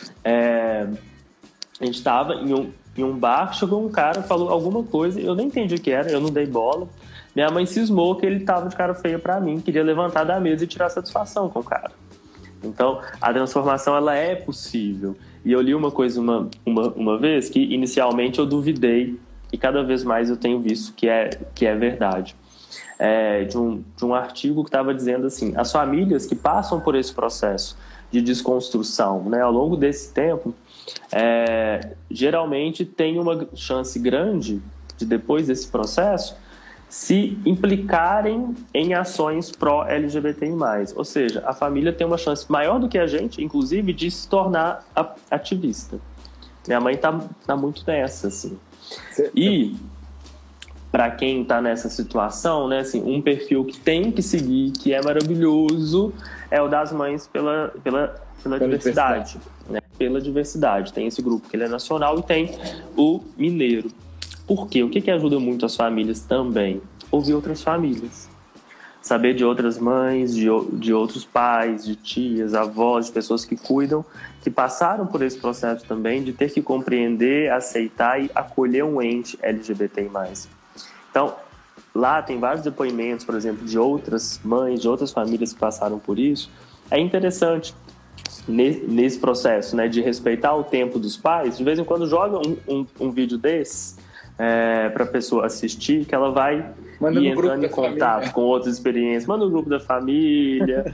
É, a gente estava em um, em um bar, chegou um cara, falou alguma coisa, eu nem entendi o que era, eu não dei bola. Minha mãe cismou que ele tava de cara feia para mim, queria levantar da mesa e tirar satisfação com o cara. Então, a transformação, ela é possível. E eu li uma coisa uma, uma, uma vez que, inicialmente, eu duvidei, e cada vez mais eu tenho visto que é, que é verdade. É, de, um, de um artigo que estava dizendo assim, as famílias que passam por esse processo de desconstrução, né, ao longo desse tempo, é, geralmente tem uma chance grande de, depois desse processo, se implicarem em ações pró-L G B T I mais. Ou seja, a família tem uma chance maior do que a gente, inclusive, de se tornar ativista. Minha mãe tá, tá muito nessa, assim. Sim. E, para quem tá nessa situação, né, assim, um perfil que tem que seguir, que é maravilhoso, é o das mães pela, pela, pela, pela diversidade. diversidade. Né? Pela diversidade. Tem esse grupo que ele é nacional e tem o mineiro. Por quê? O que, que ajuda muito as famílias também? Ouvir outras famílias. Saber de outras mães, de, de outros pais, de tias, avós, de pessoas que cuidam, que passaram por esse processo também de ter que compreender, aceitar e acolher um ente L G B T I mais. Então, lá tem vários depoimentos, por exemplo, de outras mães, de outras famílias que passaram por isso. É interessante, nesse processo, né, de respeitar o tempo dos pais, de vez em quando joga um, um, um vídeo desse, É, para a pessoa assistir, que ela vai Manda ir entrando em contato família. Com outras experiências. Manda no grupo da família,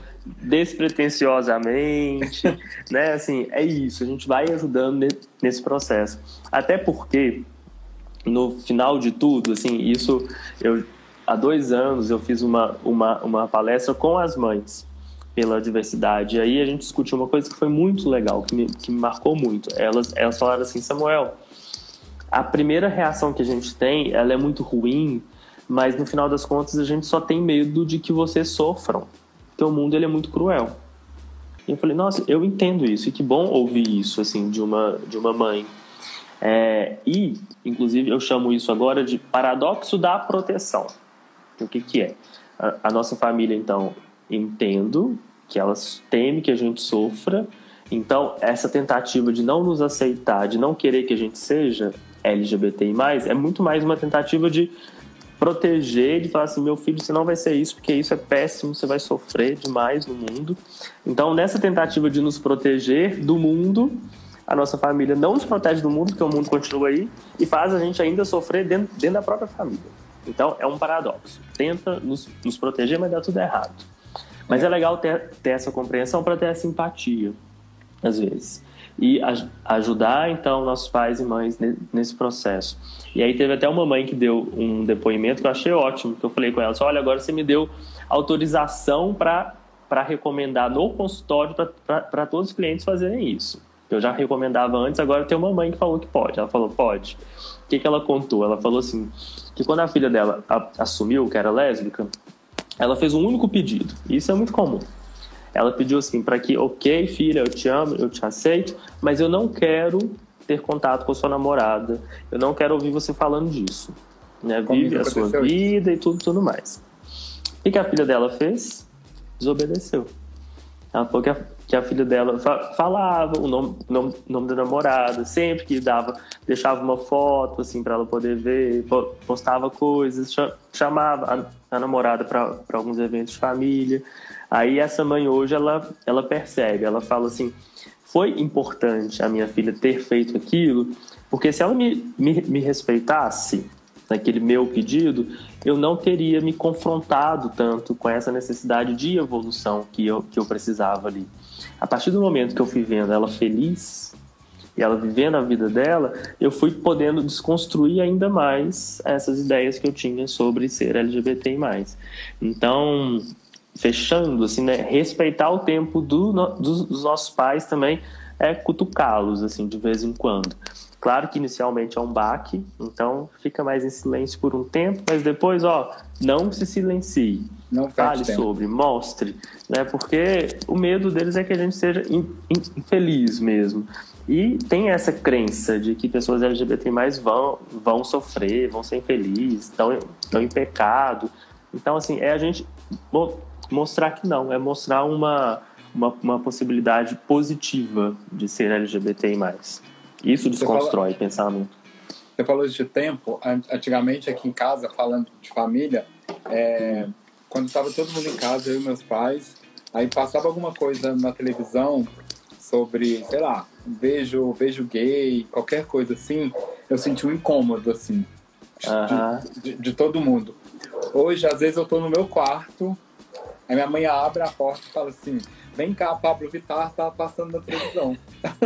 despretensiosamente, né? Assim, é isso, a gente vai ajudando nesse processo. Até porque, no final de tudo, assim, isso, eu, há dois anos eu fiz uma, uma, uma palestra com as mães pela diversidade, e aí a gente discutiu uma coisa que foi muito legal, que me, que me marcou muito. Elas, elas falaram assim, Samuel, a primeira reação que a gente tem, ela é muito ruim, mas no final das contas a gente só tem medo de que vocês sofram, porque o mundo ele é muito cruel. E eu falei, nossa, eu entendo isso, e que bom ouvir isso assim, de, uma, de uma mãe. É, e, inclusive, eu chamo isso agora de paradoxo da proteção. O que, que é? A, a nossa família, então, entendo que elas temem que a gente sofra, então essa tentativa de não nos aceitar, de não querer que a gente seja L G B T I mais, é muito mais uma tentativa de proteger, de falar assim, meu filho, você não vai ser isso, porque isso é péssimo, você vai sofrer demais no mundo. Então, nessa tentativa de nos proteger do mundo, a nossa família não nos protege do mundo, porque o mundo continua aí, e faz a gente ainda sofrer dentro, dentro da própria família. Então, é um paradoxo. Tenta nos, nos proteger, mas dá tudo errado. Mas é legal ter, ter essa compreensão para ter essa empatia, às vezes. E aj- ajudar, então, nossos pais e mães nesse processo. E aí teve até uma mãe que deu um depoimento que eu achei ótimo, que eu falei com ela, olha, agora você me deu autorização para recomendar no consultório para todos os clientes fazerem isso. Eu já recomendava antes, agora tem uma mãe que falou que pode. Ela falou, pode. O que, que ela contou? Ela falou assim, que quando a filha dela a, assumiu que era lésbica, ela fez um único pedido. E isso é muito comum. Ela pediu assim, para que, ok, filha, eu te amo, eu te aceito, mas eu não quero ter contato com a sua namorada, eu não quero ouvir você falando disso. Né? Vive a sua vida isso? E tudo, tudo mais. O que a filha dela fez? Desobedeceu. Ela falou que a, que a filha dela falava o nome, nome, nome da namorada, sempre que dava, deixava uma foto assim, para ela poder ver, postava coisas, chamava a, a namorada para alguns eventos de família. Aí essa mãe hoje, ela, ela percebe, ela fala assim, foi importante a minha filha ter feito aquilo, Porque se ela me, me, me respeitasse naquele meu pedido, eu não teria me confrontado tanto com essa necessidade de evolução que eu, que eu precisava ali. A partir do momento que eu fui vendo ela feliz e ela vivendo a vida dela, eu fui podendo desconstruir ainda mais essas ideias que eu tinha sobre ser L G B T mais. Então, fechando, assim, né, respeitar o tempo do, dos, dos nossos pais também é cutucá-los, assim, de vez em quando. Claro que inicialmente é um baque, então fica mais em silêncio por um tempo, mas depois, ó, não se silencie. Não fale sobre, mostre, né? Porque o medo deles é que a gente seja infeliz mesmo. E tem essa crença de que pessoas L G B T mais vão, vão sofrer, vão ser infelizes, estão, estão em pecado. Então, assim, é a gente mostrar que não, é mostrar uma, uma, uma possibilidade positiva de ser L G B T mais. Isso desconstrói o pensamento. Você falou de tempo. Antigamente, aqui em casa, falando de família, é, quando estava todo mundo em casa, eu e meus pais, aí passava alguma coisa na televisão sobre, sei lá, beijo, beijo gay, qualquer coisa assim, eu senti um incômodo, assim, uh-huh. de, de, de todo mundo. Hoje, às vezes, eu tô no meu quarto, aí minha mãe abre a porta e fala assim, vem cá, Pablo Vittar tá passando na televisão.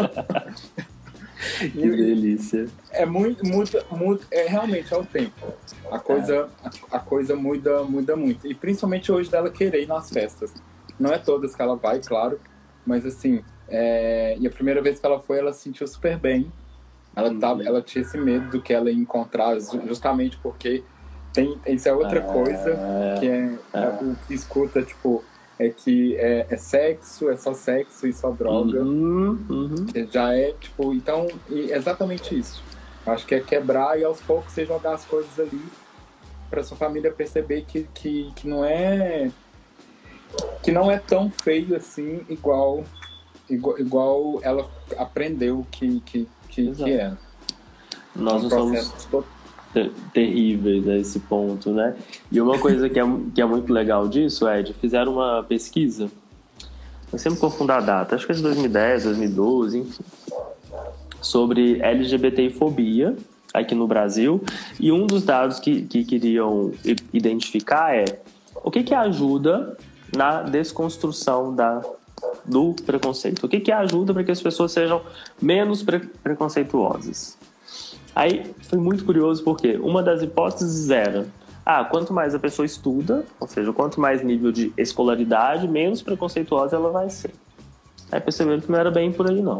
Que delícia. É muito, muda, muda, é realmente é o tempo. A coisa, é. a, a coisa muda, muda muito. E principalmente hoje dela querer ir nas festas. Não é todas que ela vai, claro, mas assim, é, e a primeira vez que ela foi, ela se sentiu super bem. Ela, uhum. tava, ela tinha esse medo do que ela ia encontrar, justamente porque tem, isso é outra é. coisa, que é, é. o que escuta, tipo, é que é, é sexo, é só sexo e só droga. Uhum, uhum. Já é, tipo, então, é exatamente isso. Acho que é quebrar e aos poucos você jogar as coisas ali pra sua família perceber que, que, que não é que não é tão feio assim, igual igual, igual ela aprendeu que, que, que, que era. Nós não somos todo... terríveis a esse ponto, né? E uma coisa que é, que é muito legal disso, Ed, fizeram uma pesquisa, eu sempre confundo a data, acho que é de dois mil e dez, dois mil e doze, enfim, sobre L G B T fobia aqui no Brasil, e um dos dados que, que queriam identificar é o que que ajuda na desconstrução da, do preconceito, o que que ajuda para que as pessoas sejam menos pre, preconceituosas. Aí foi muito curioso porque uma das hipóteses era, ah, quanto mais a pessoa estuda, ou seja, quanto mais nível de escolaridade, menos preconceituosa ela vai ser. Aí perceberam que não era bem por aí, não.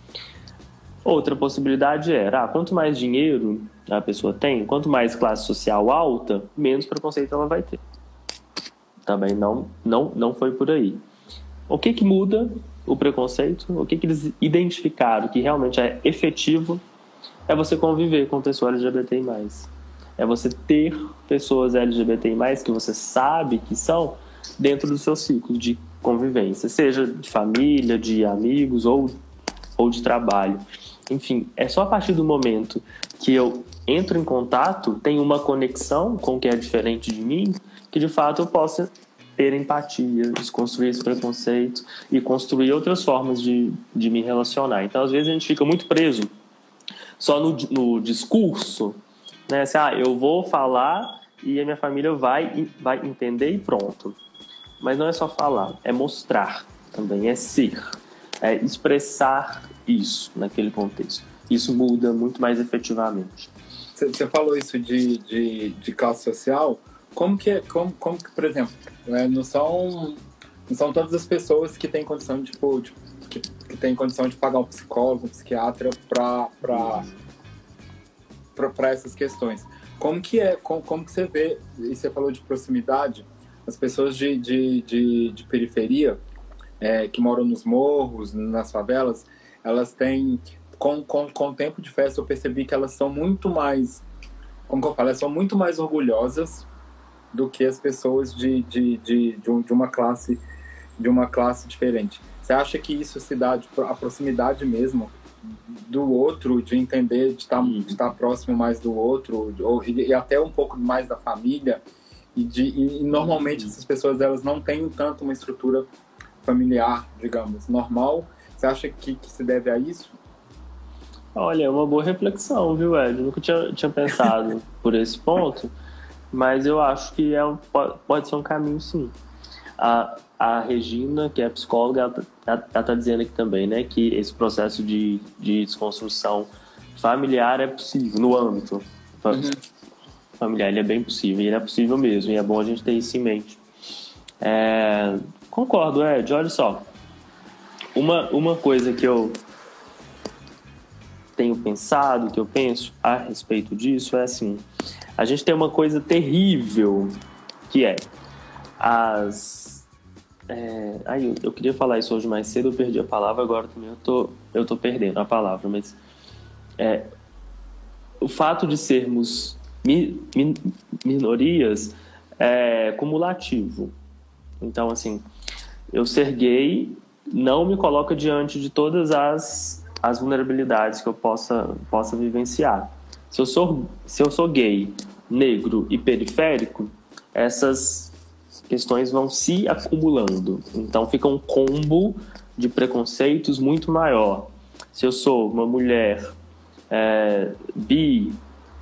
Outra possibilidade era, ah, quanto mais dinheiro a pessoa tem, quanto mais classe social alta, menos preconceito ela vai ter. Também não, não, não foi por aí. O que que muda o preconceito? O que que eles identificaram que realmente é efetivo? É você conviver com pessoas L G B T mais. É você ter pessoas L G B T mais que você sabe que são dentro do seu ciclo de convivência, seja de família, de amigos ou, ou de trabalho. Enfim, é só a partir do momento que eu entro em contato, tenho uma conexão com o que é diferente de mim, que de fato eu possa ter empatia, desconstruir esse preconceito e construir outras formas de, de me relacionar. Então, às vezes, a gente fica muito preso só no, no discurso, né? Assim, ah, eu vou falar e a minha família vai, vai entender e pronto. Mas não é só falar, é mostrar também, é ser, é expressar isso naquele contexto. Isso muda muito mais efetivamente. Você falou isso de, de, de classe social. Como que, como, como que, por exemplo, né, não, são, não são todas as pessoas que têm condição de, tipo, de que, que tem condição de pagar um psicólogo, um psiquiatra para para essas questões. Como que é, como, como que você vê, e você falou de proximidade, as pessoas de, de, de, de periferia, é, que moram nos morros, nas favelas, elas têm, com, com, com o tempo de festa, eu percebi que elas são muito mais, como que eu falo, elas são muito mais orgulhosas do que as pessoas de, de, de, de, um, de uma classe de uma classe diferente. Você acha que isso se dá de, a proximidade mesmo do outro, de entender, de estar, de estar próximo mais do outro, ou, e, e até um pouco mais da família, e, de, e, e normalmente essas pessoas elas não têm tanto uma estrutura familiar, digamos, normal. Você acha que, que se deve a isso? Olha, é uma boa reflexão, viu, Ed? Eu nunca tinha, tinha pensado por esse ponto, mas eu acho que é um, pode, pode ser um caminho, sim. A, a Regina, que é psicóloga, ela está dizendo aqui também, né, que esse processo de, de desconstrução familiar é possível, no âmbito uhum. familiar, ele é bem possível, e ele é possível mesmo, e é bom a gente ter isso em mente. É, concordo, Ed, olha só. Uma, uma coisa que eu tenho pensado, que eu penso a respeito disso é assim, a gente tem uma coisa terrível que é as... É, ai, eu, eu queria falar isso hoje mais cedo, eu perdi a palavra, agora também eu tô, eu tô perdendo a palavra, mas é, o fato de sermos mi, min, minorias é cumulativo. Então, assim, eu ser gay não me coloca diante de todas as, as vulnerabilidades que eu possa, possa vivenciar. Se eu sou, se eu sou gay, negro e periférico, essas questões vão se acumulando. Então, fica um combo de preconceitos muito maior. Se eu sou uma mulher é, bi,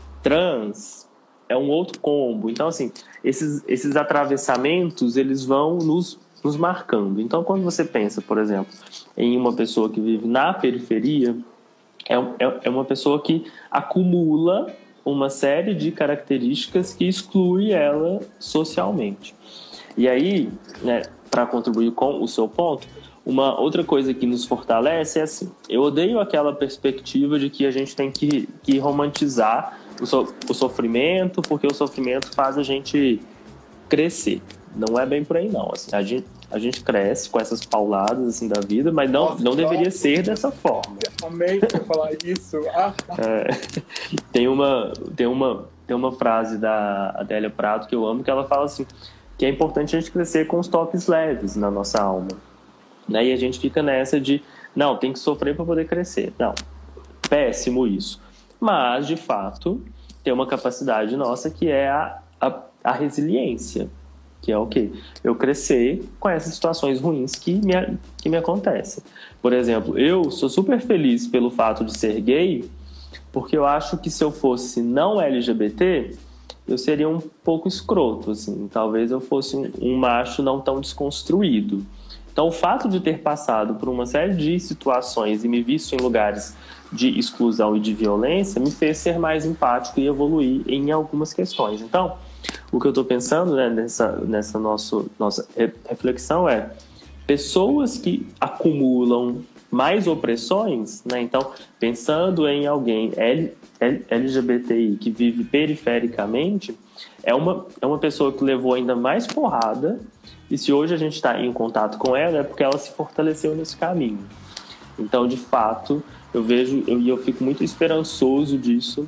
trans, é um outro combo. Então, assim, esses, esses atravessamentos, eles vão nos nos marcando. Então, quando você pensa, por exemplo, em uma pessoa que vive na periferia, é, é, é uma pessoa que acumula uma série de características que exclui ela socialmente. E aí, né, para contribuir com o seu ponto, uma outra coisa que nos fortalece é assim, eu odeio aquela perspectiva de que a gente tem que, que romantizar o, so, o sofrimento, porque o sofrimento faz a gente crescer. Não é bem por aí, não. Assim, a, gente, a gente cresce com essas pauladas assim, da vida, mas não, Nossa, não deveria nossa. ser dessa forma. Amei você falar isso. Ah. É, tem, uma, tem, uma, tem uma frase da Adélia Prado que eu amo, que ela fala assim, que é importante a gente crescer com os toques leves na nossa alma. Né? E a gente fica nessa de, não, tem que sofrer para poder crescer. Não, péssimo isso. Mas, de fato, tem uma capacidade nossa que é a, a, a resiliência. Que é o quê? Eu crescer com essas situações ruins que me, que me acontecem. Por exemplo, eu sou super feliz pelo fato de ser gay, porque eu acho que se eu fosse não L G B T, eu seria um pouco escroto, assim. Talvez eu fosse um, um macho não tão desconstruído. Então, o fato de ter passado por uma série de situações e me visto em lugares de exclusão e de violência me fez ser mais empático e evoluir em algumas questões. Então, o que eu estou pensando, né, nessa, nessa nosso, nossa reflexão é pessoas que acumulam mais opressões, né? Então, pensando em alguém L, L, L G B T I que vive perifericamente, é uma, é uma pessoa que levou ainda mais porrada, e se hoje a gente está em contato com ela é porque ela se fortaleceu nesse caminho. Então, de fato, eu vejo, e eu, eu fico muito esperançoso disso,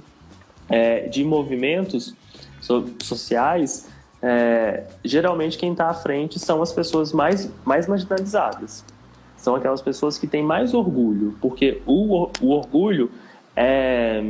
é, de movimentos sociais, é, geralmente quem está à frente são as pessoas mais, mais marginalizadas. São aquelas pessoas que têm mais orgulho, porque o, o orgulho é,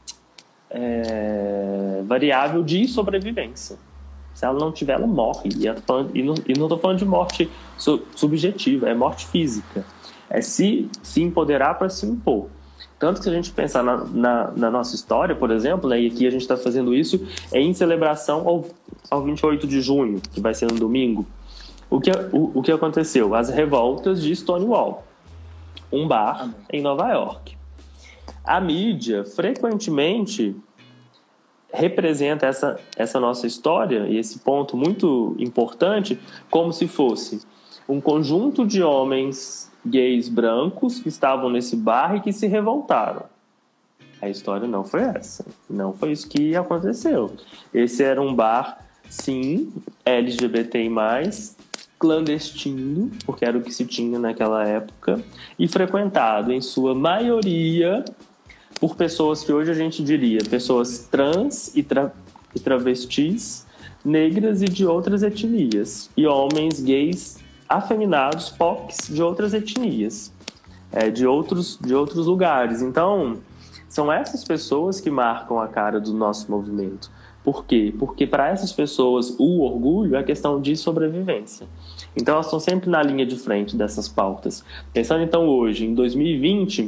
é variável de sobrevivência. Se ela não tiver, ela morre. E, falando, e não estou falando de morte subjetiva, é morte física. É se, se empoderar para se impor. Tanto que se a gente pensar na, na, na nossa história, por exemplo, né, e aqui a gente está fazendo isso em celebração ao, ao vinte e oito de junho, que vai ser no domingo, o que, o, o que aconteceu? As revoltas de Stonewall, um bar em Nova York. A mídia, frequentemente, representa essa, essa nossa história, e esse ponto muito importante, como se fosse um conjunto de homens gays brancos que estavam nesse bar e que se revoltaram. A história não foi essa. Não foi isso que aconteceu. Esse era um bar, sim, L G B T I mais, clandestino, porque era o que se tinha naquela época, e frequentado, em sua maioria, por pessoas que hoje a gente diria pessoas trans e, tra- e travestis, negras e de outras etnias, e homens gays afeminados, P O Cs de outras etnias, é, de, outros, de outros lugares. Então, são essas pessoas que marcam a cara do nosso movimento. Por quê? Porque para essas pessoas o orgulho é questão de sobrevivência. Então, elas estão sempre na linha de frente dessas pautas. Pensando então hoje, em dois mil e vinte,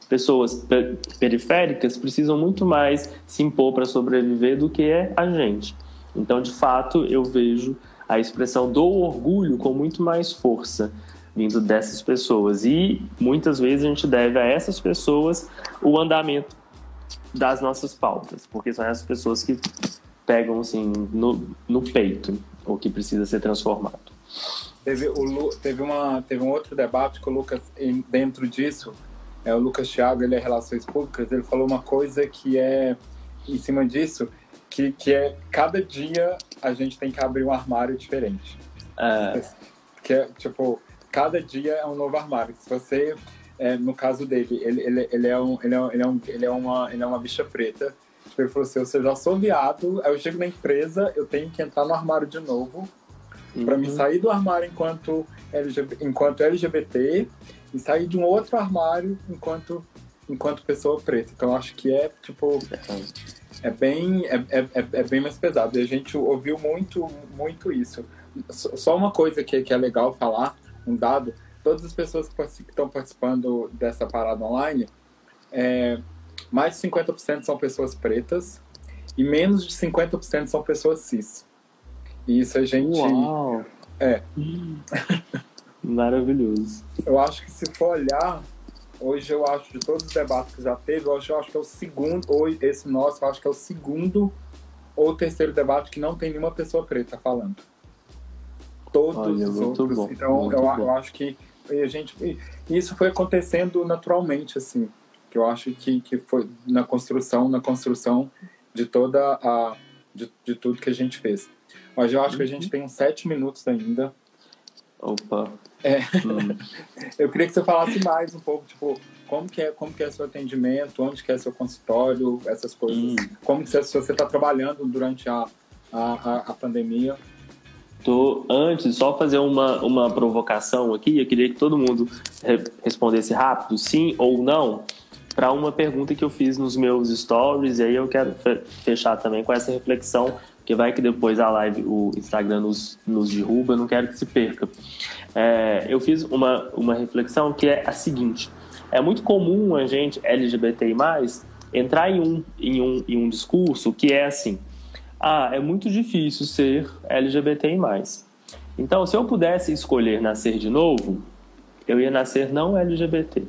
pessoas per- periféricas precisam muito mais se impor para sobreviver do que é a gente. Então, de fato, eu vejo a expressão do orgulho com muito mais força vindo dessas pessoas. E muitas vezes a gente deve a essas pessoas o andamento das nossas pautas, porque são essas pessoas que pegam assim no, no peito o que precisa ser transformado. Teve, o Lu, teve, uma, teve um outro debate que o Lucas, em, dentro disso, é, o Lucas Thiago, ele é Relações Públicas, ele falou uma coisa que é, em cima disso, que, que é, cada dia a gente tem que abrir um armário diferente. É. Que é, tipo, cada dia é um novo armário. Se você, é, no caso dele, ele, ele, ele, é um, ele, é, ele, é um, ele, é uma, ele é uma bicha preta. Tipo, ele falou assim, eu já sou viado, aí eu chego na empresa, eu tenho que entrar no armário de novo, para Uhum. me sair do armário enquanto, L G B, enquanto L G B T e sair de um outro armário enquanto, enquanto pessoa preta. Então, acho que é, tipo, é bem, é, é, é bem mais pesado. E a gente ouviu muito, muito isso. Só uma coisa que, que é legal falar, um dado, todas as pessoas que estão participando dessa parada online, é, mais de cinquenta por cento são pessoas pretas e menos de cinquenta por cento são pessoas cis. E isso a gente... Uau! É. Maravilhoso. Eu acho que se for olhar, hoje eu acho, de todos os debates que já teve, hoje eu acho que é o segundo, ou esse nosso, eu acho que é o segundo ou terceiro debate que não tem nenhuma pessoa preta falando. Todos Olha, os muito outros. bom, Então, muito eu, bom. eu acho que e a gente, e isso foi acontecendo naturalmente, assim, que eu acho que, que foi na construção, na construção de toda a, de, de tudo que a gente fez. Mas eu acho Uhum. que a gente tem uns sete minutos ainda. Opa! É. Hum. Eu queria que você falasse mais um pouco, tipo, como que é, como que é seu atendimento, onde que é seu consultório, essas coisas. Hum. Como que você, se você está trabalhando durante a, a, a pandemia. Tô, antes, só fazer uma, uma provocação aqui. Eu queria que todo mundo re- respondesse rápido, sim ou não, para uma pergunta que eu fiz nos meus stories. E aí eu quero fe- fechar também com essa reflexão, porque vai que depois a live, o Instagram nos, nos derruba, eu não quero que se perca. É, eu fiz uma, uma reflexão que é a seguinte: é muito comum a gente, L G B T I mais, entrar em um, em, um, em um discurso que é assim: ah, é muito difícil ser L G B T I mais. Então, se eu pudesse escolher nascer de novo, eu ia nascer não L G B T.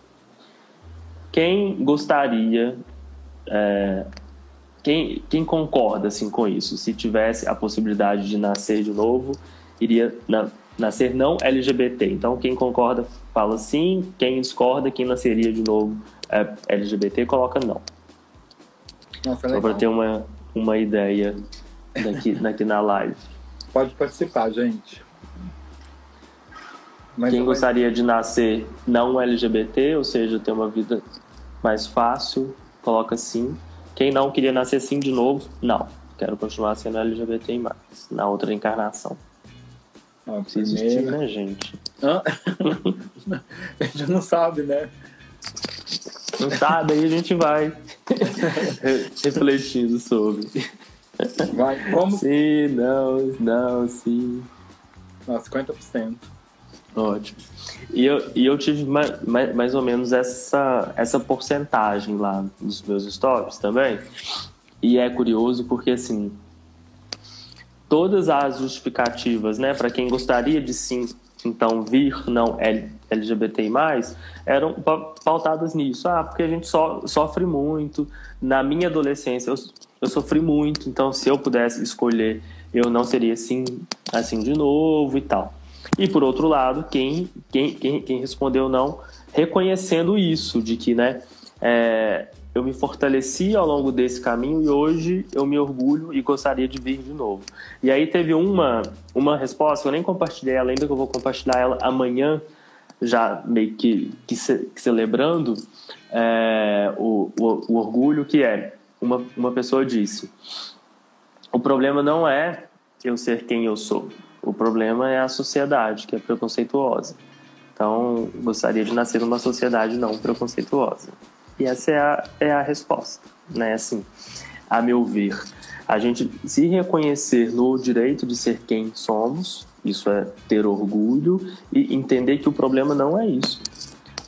Quem gostaria... É, Quem, quem concorda assim, com isso? Se tivesse a possibilidade de nascer de novo, iria na, nascer não L G B T. Então, quem concorda, fala sim. Quem discorda, quem nasceria de novo é, L G B T, coloca não. Nossa, Só para ter uma, uma ideia daqui, daqui na live. Pode participar, gente. Mas Quem eu- gostaria de nascer não L G B T, ou seja, ter uma vida mais fácil, coloca sim. Quem não queria nascer sim de novo, não. Quero continuar sendo L G B T I mais, na outra encarnação. Ó, Se existir, primeiro- né, gente? Hã? A gente não sabe, né? Não sabe, aí a gente vai refletindo sobre. Vai, como? Sim, não, não, sim. Não, cinquenta por cento. Ótimo. E eu, e eu tive mais, mais, mais ou menos essa, essa porcentagem lá nos meus stories também. E é curioso porque, assim, todas as justificativas, né, para quem gostaria de sim, então, vir não L G B T I mais, eram pa- pautadas nisso. Ah, porque a gente so, sofre muito. Na minha adolescência, eu, eu sofri muito. Então, se eu pudesse escolher, eu não seria assim, assim de novo e tal. E, por outro lado, quem, quem, quem, quem respondeu não, reconhecendo isso, de que, né, é, eu me fortaleci ao longo desse caminho e hoje eu me orgulho e gostaria de vir de novo. E aí teve uma, uma resposta, eu nem compartilhei ela ainda, que eu vou compartilhar ela amanhã, já meio que, que, ce, que celebrando é, o, o, o orgulho, que é, uma, uma pessoa disse: o problema não é eu ser quem eu sou, o problema é a sociedade, que é preconceituosa. Então, gostaria de nascer numa sociedade não preconceituosa. E essa é a, é a resposta, né? Assim, a meu ver, a gente se reconhecer no direito de ser quem somos, isso é ter orgulho, e entender que o problema não é isso. O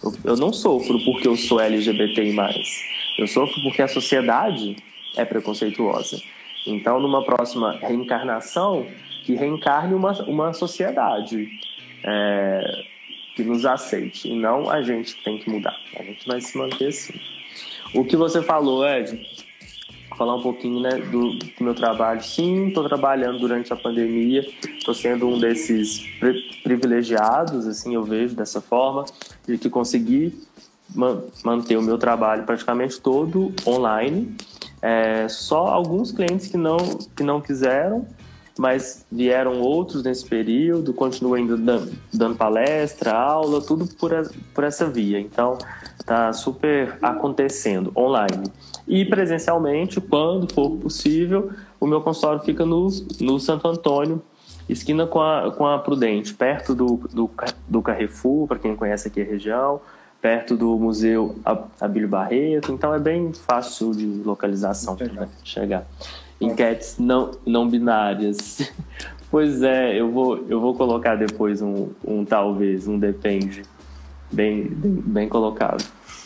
Eu não sofro porque eu sou L G B T I mais. Eu sofro porque a sociedade é preconceituosa. Então, numa próxima reencarnação, que reencarne uma, uma sociedade é, que nos aceite. E não a gente que tem que mudar. A gente vai se manter assim. O que você falou, Ed, falar um pouquinho, né, do, do meu trabalho. Sim, estou trabalhando durante a pandemia. Estou sendo um desses pri- privilegiados, assim, eu vejo dessa forma, de que consegui man- manter o meu trabalho praticamente todo online. É, só alguns clientes que não, que não quiseram, mas vieram outros nesse período, continuo ainda dando, dando palestra, aula, tudo por, a, por essa via. Então, está super acontecendo online. E presencialmente, quando for possível, o meu consultório fica no, no Santo Antônio, esquina com a, com a Prudente, perto do, do, do Carrefour, para quem conhece aqui a região, perto do Museu Abílio Barreto, então é bem fácil de localização para chegar. Enquetes não, não binárias. Pois é, eu vou, eu vou colocar depois um, um talvez, um depende, bem, bem, bem colocado.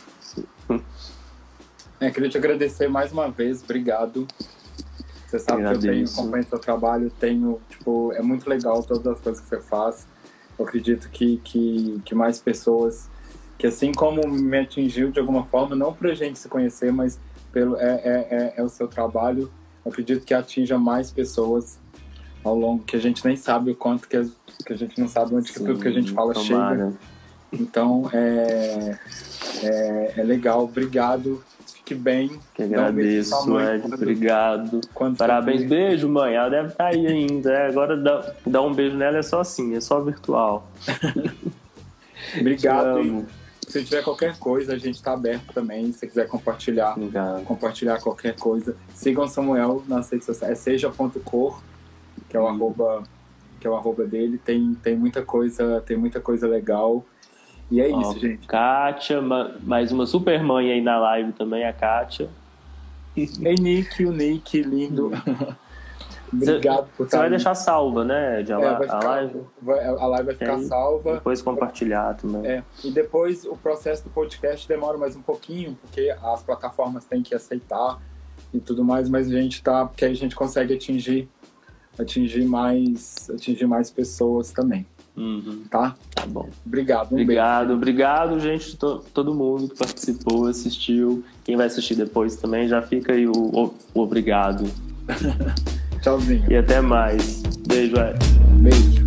É, queria te agradecer mais uma vez, obrigado. Você sabe que eu tenho acompanho seu trabalho, tenho, tipo, é muito legal todas as coisas que você faz. Eu acredito que, que, que mais pessoas, que assim como me atingiu de alguma forma, não pra gente se conhecer, mas pelo, é, é, é, é o seu trabalho, eu acredito que atinja mais pessoas ao longo, que a gente nem sabe o quanto, que a, que a gente não sabe onde Sim, que tudo que a gente fala tomara. chega. Então, é, é, é legal, obrigado. Fique bem. Que agradeço, um Ed, quando, obrigado. Quando Parabéns, beijo, mãe. Ela deve estar aí ainda. Agora dá, dá um beijo nela é só assim, é só virtual. Obrigado. E se tiver qualquer coisa, a gente está aberto também. Se você quiser compartilhar, obrigado. compartilhar qualquer coisa, sigam Samuel nas redes sociais. É seja ponto cor, que é o hum. arroba, que é o arroba dele. Tem, tem muita coisa, tem muita coisa legal. E é isso, oh, gente. Kátia, mais uma super mãe aí na live também, a Kátia. Ei, Nick, o Nick, lindo. Obrigado cê, por estar Você vai deixar salva, né, de a, é, ficar, a live? Vai, a live vai ficar aí, salva. Depois compartilhar também. É, e depois o processo do podcast demora mais um pouquinho, porque as plataformas têm que aceitar e tudo mais, mas a gente tá, porque aí a gente consegue atingir, atingir mais, atingir mais pessoas também. Uhum. Tá? Tá bom. Obrigado. Um obrigado, beijo. obrigado, gente, to, todo mundo que participou, assistiu. Quem vai assistir depois também, já fica aí o, o, o obrigado. Tchauzinho. E até mais. Beijo, Ed. Beijo.